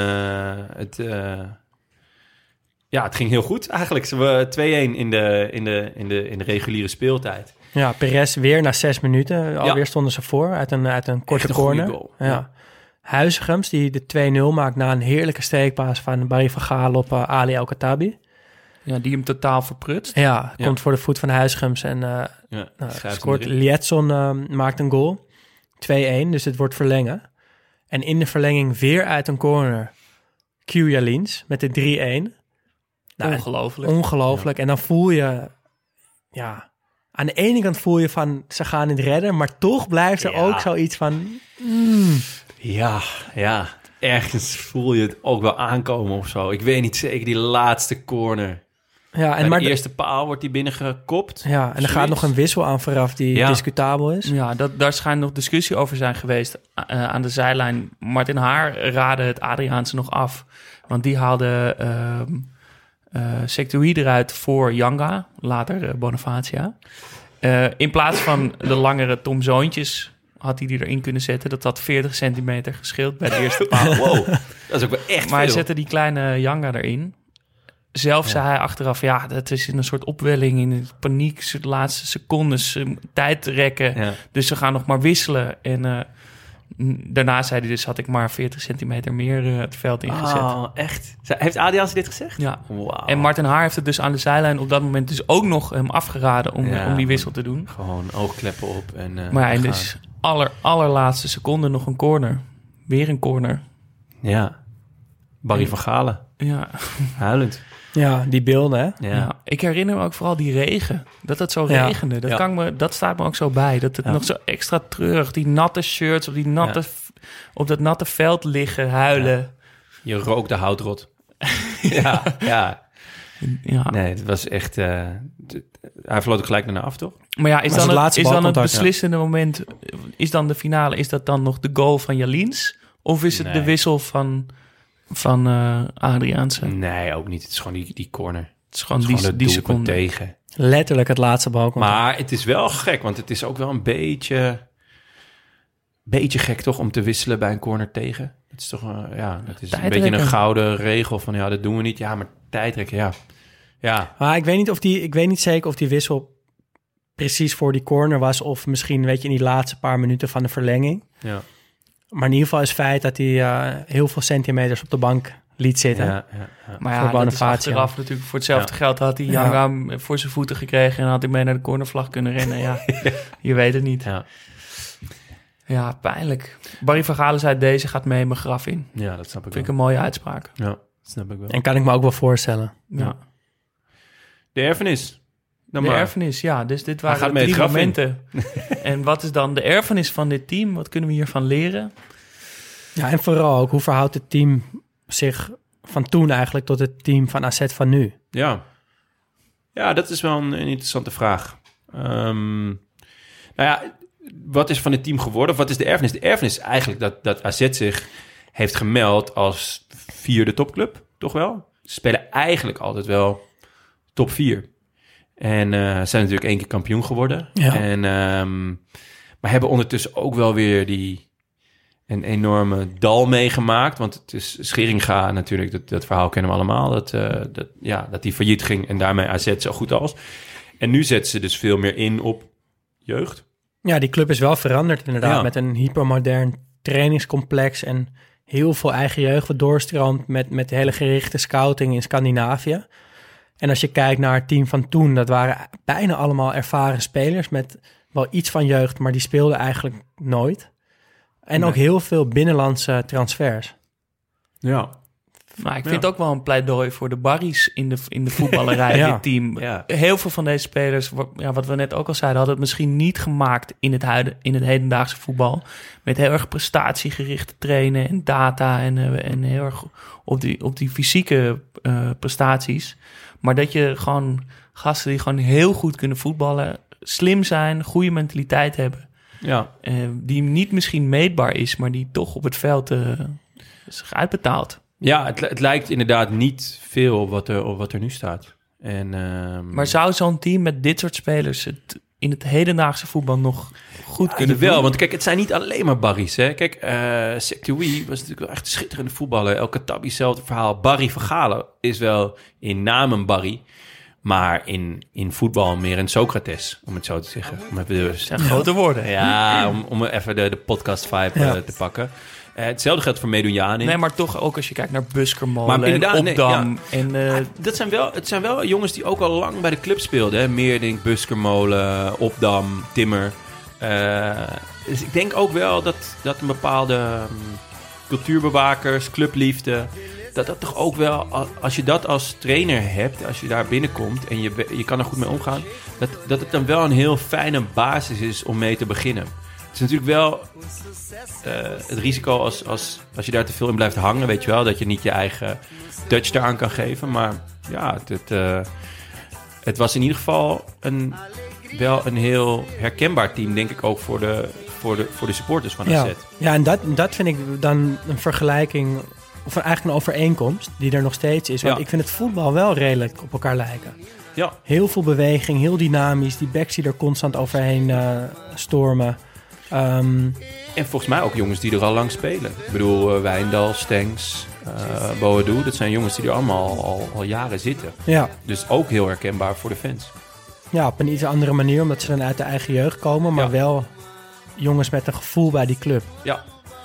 het ging heel goed eigenlijk. We 2-1 in de reguliere speeltijd. Ja, Perez weer na 6 minuten. Alweer stonden ze voor uit een korte Echt een goede corner. goal. Ja. Huizigems die de 2-0 maakt na een heerlijke steekpaas van Barry van Gaal op Ali El Khattabi. Ja, die hem totaal verprutst. Ja, komt voor de voet van Huizigems en Schrijft scoort. hem erin. Liedson maakt een goal. 2-1, dus het wordt verlengen. En in de verlenging weer uit een corner Q Jalins met de 3-1. Nou, Ongelooflijk. ongelooflijk. En dan voel je... Ja, aan de ene kant voel je van... ze gaan het redden, maar toch blijft er ook zoiets van... Ja. Ergens voel je het ook wel aankomen of zo. Ik weet niet zeker, die laatste corner. Ja, Bij en maar de eerste paal wordt die binnengekopt. ja, en er gaat nog een wissel aan vooraf die discutabel is. Ja, daar schijnt nog discussie over zijn geweest aan de zijlijn. Martin Haar raadde het Adriaanse nog af. Want die haalde Sectoui eruit voor Janga, later Bonifacia. In plaats van de langere Tom Zoontjes had hij die erin kunnen zetten. Dat had 40 centimeter gescheeld bij de eerste paal. Wow, dat is ook wel echt Maar hij veel. zette die kleine Janga erin. Zelf zei hij achteraf, dat is in een soort opwelling, in een paniek, de laatste secondes, tijd te rekken. Ja. Dus ze gaan nog maar wisselen. En daarna zei hij dus, had ik maar 40 centimeter meer het veld ingezet. Oh, echt? Heeft Adriaanse dit gezegd? Ja. Wow. En Martin Haar heeft het dus aan de zijlijn op dat moment dus ook nog hem afgeraden om die wissel te doen. Gewoon oogkleppen op en Maar ja, en gaan. dus allerlaatste seconde nog een corner. Weer een corner. Ja. Barry van Galen. Ja. Huilend. Ja, die beelden, hè? Ja, ik herinner me ook vooral die regen. Dat het zo Ja. regende. Dat, Ja. dat staat me ook zo bij. Dat het nog zo extra treurig. Die natte shirts op dat natte veld liggen, huilen. Je rookt de houtrot. ja. Ja. Nee, het was echt... hij vloot er gelijk daarna af, toch? Maar ja, is het dan laatste het balcontact, beslissende moment... Is dan de finale, is dat dan nog de goal van Jalins? Of is het Nee. de wissel van Adriaanse? Nee, ook niet. Het is gewoon die corner. Het is gewoon Het is gewoon die het doelpunt seconde. tegen. Letterlijk het laatste balcontact. Maar het is wel gek, want het is ook wel een beetje gek toch om te wisselen bij een corner tegen. Het is toch dat is een Tijdrekken. beetje een gouden regel van dat doen we niet. Ja, maar tijdrekken, ja. Maar ik weet niet zeker of die wissel precies voor die corner was... of misschien, weet je, in die laatste paar minuten van de verlenging. Ja. Maar in ieder geval is het feit dat hij heel veel centimeters op de bank liet zitten. Ja. Maar Voor ja, dat is Bonifacia. achteraf natuurlijk voor hetzelfde geld had hij Janga voor zijn voeten gekregen en had hij mee naar de cornervlag kunnen rennen. Ja, je weet het niet. Ja. Ja, pijnlijk. Barry van Galen zei, deze gaat mee mijn graf in. Ja, dat snap ik Vind ik wel. een mooie uitspraak. Ja, dat snap ik wel. En kan ik me ook wel voorstellen. Ja. De erfenis. Dan De maar. erfenis, ja. Dus dit Hij gaat waren mee de het 3 graf in. momenten. En wat is dan de erfenis van dit team? Wat kunnen we hiervan leren? Ja, en vooral ook, hoe verhoudt het team zich van toen eigenlijk tot het team van AZ van nu? Ja, dat is wel een interessante vraag. Wat is van het team geworden? Of wat is de erfenis? De erfenis is eigenlijk dat AZ zich heeft gemeld als 4e topclub, toch wel? Ze spelen eigenlijk altijd wel top 4. En zijn natuurlijk 1 keer kampioen geworden. Ja. En, maar hebben ondertussen ook wel weer een enorme dal meegemaakt. Want het is Scheringa natuurlijk, dat verhaal kennen we allemaal. Dat die failliet ging en daarmee AZ zo goed als. En nu zetten ze dus veel meer in op jeugd. Ja, die club is wel veranderd inderdaad. Ja. Met een hypermodern trainingscomplex en heel veel eigen jeugd wat doorstroomt met de hele gerichte scouting in Scandinavië. En als je kijkt naar het team van toen, dat waren bijna allemaal ervaren spelers met wel iets van jeugd, maar die speelden eigenlijk nooit. En ook heel veel binnenlandse transfers. Ja. Maar ik vind het ook wel een pleidooi voor de Barry's in de voetballerij, Ja. dit team. Ja. Heel veel van deze spelers, wat we net ook al zeiden, hadden het misschien niet gemaakt in het hedendaagse voetbal. Met heel erg prestatiegericht trainen en data en heel erg op die fysieke prestaties. Maar dat je gewoon gasten die gewoon heel goed kunnen voetballen, slim zijn, goede mentaliteit hebben. Ja. Die niet misschien meetbaar is, maar die toch op het veld zich uitbetaalt. Ja, het lijkt inderdaad niet veel wat er nu staat. Maar zou zo'n team met dit soort spelers het in het hedendaagse voetbal nog goed kunnen doen? Wel, want kijk, het zijn niet alleen maar Barry's. Hè? Kijk, Sektoui was natuurlijk wel echt een schitterende voetballer. El Khattabi, hetzelfde verhaal. Barry Vergalen is wel in naam een Barry, maar in voetbal meer een Socrates, om het zo te zeggen. Dat zijn grote woorden. Ja, om even de podcast vibe te pakken. Hetzelfde geldt voor Medunjanin. Nee, maar toch ook als je kijkt naar Buskermolen Maar inderdaad, en Opdam. Het zijn wel jongens die ook al lang bij de club speelden. Hè? Meerdink, Buskermolen, Opdam, Timmer. Dus ik denk ook wel dat een bepaalde cultuurbewakers, clubliefde, dat toch ook wel, als je dat als trainer hebt, als je daar binnenkomt en je kan er goed mee omgaan, dat het dan wel een heel fijne basis is om mee te beginnen. Het is natuurlijk wel het risico als je daar te veel in blijft hangen, weet je wel, dat je niet je eigen touch eraan kan geven. Maar ja, het was in ieder geval wel een heel herkenbaar team, denk ik ook voor de supporters van AZ. Ja, en dat vind ik dan een vergelijking, of eigenlijk een overeenkomst die er nog steeds is. Want ik vind het voetbal wel redelijk op elkaar lijken. Ja. Heel veel beweging, heel dynamisch. Die backs die er constant overheen stormen. En volgens mij ook jongens die er al lang spelen. Ik bedoel, Wijndal, Stengs, Boadu. Dat zijn jongens die er allemaal al jaren zitten. Ja. Dus ook heel herkenbaar voor de fans. Ja, op een iets andere manier, omdat ze dan uit de eigen jeugd komen. Maar wel jongens met een gevoel bij die club. Ja.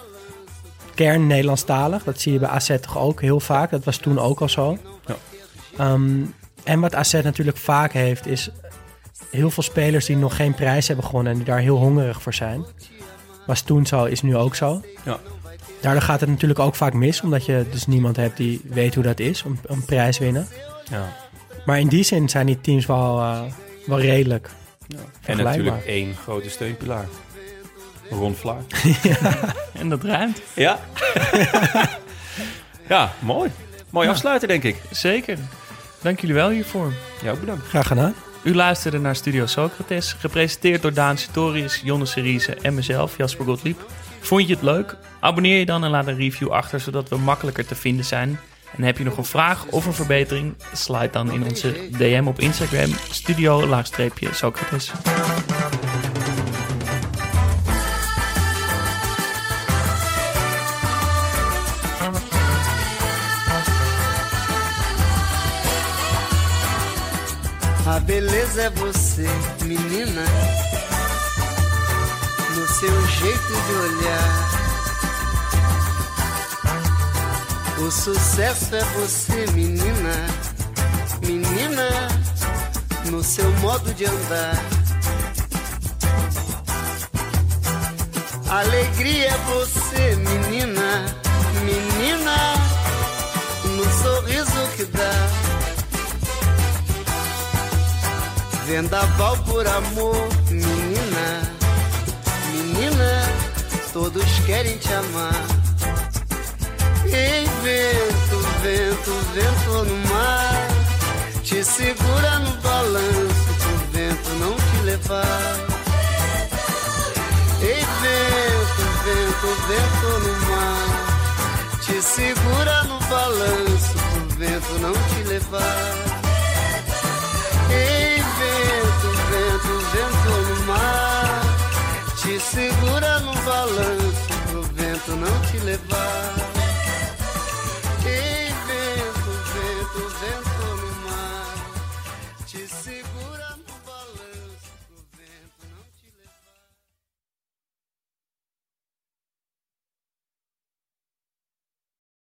Kern Nederlandstalig, dat zie je bij AZ toch ook heel vaak. Dat was toen ook al zo. Ja. En wat AZ natuurlijk vaak heeft, is heel veel spelers die nog geen prijs hebben gewonnen en die daar heel hongerig voor zijn. Was toen zo, is nu ook zo. Ja. Daardoor gaat het natuurlijk ook vaak mis, omdat je dus niemand hebt die weet hoe dat is, om een prijs winnen. Ja. Maar in die zin zijn die teams wel redelijk En natuurlijk één grote steunpilaar. Ron Vlaar. En dat ruimt. Ja. Ja, mooi. Mooi afsluiten, denk ik. Zeker. Dank jullie wel hiervoor. Ja, ook bedankt. Graag gedaan. U luisterde naar Studio Socrates, gepresenteerd door Daan Sartorius, Jonne Seriese en mezelf, Jasper Gottlieb. Vond je het leuk? Abonneer je dan en laat een review achter, zodat we makkelijker te vinden zijn. En heb je nog een vraag of een verbetering? Slide dan in onze DM op Instagram, studio-Socrates. A beleza é você, menina, no seu jeito de olhar. O sucesso é você, menina, menina, no seu modo de andar. Alegria é você, menina, menina, no sorriso que dá. Vendaval por amor, menina, menina, todos querem te amar. Ei, vento, vento, vento no mar, te segura no balanço pro vento não te levar. Ei, vento, vento, vento no mar, te segura no balanço pro vento não te levar. Ei, vento, levar.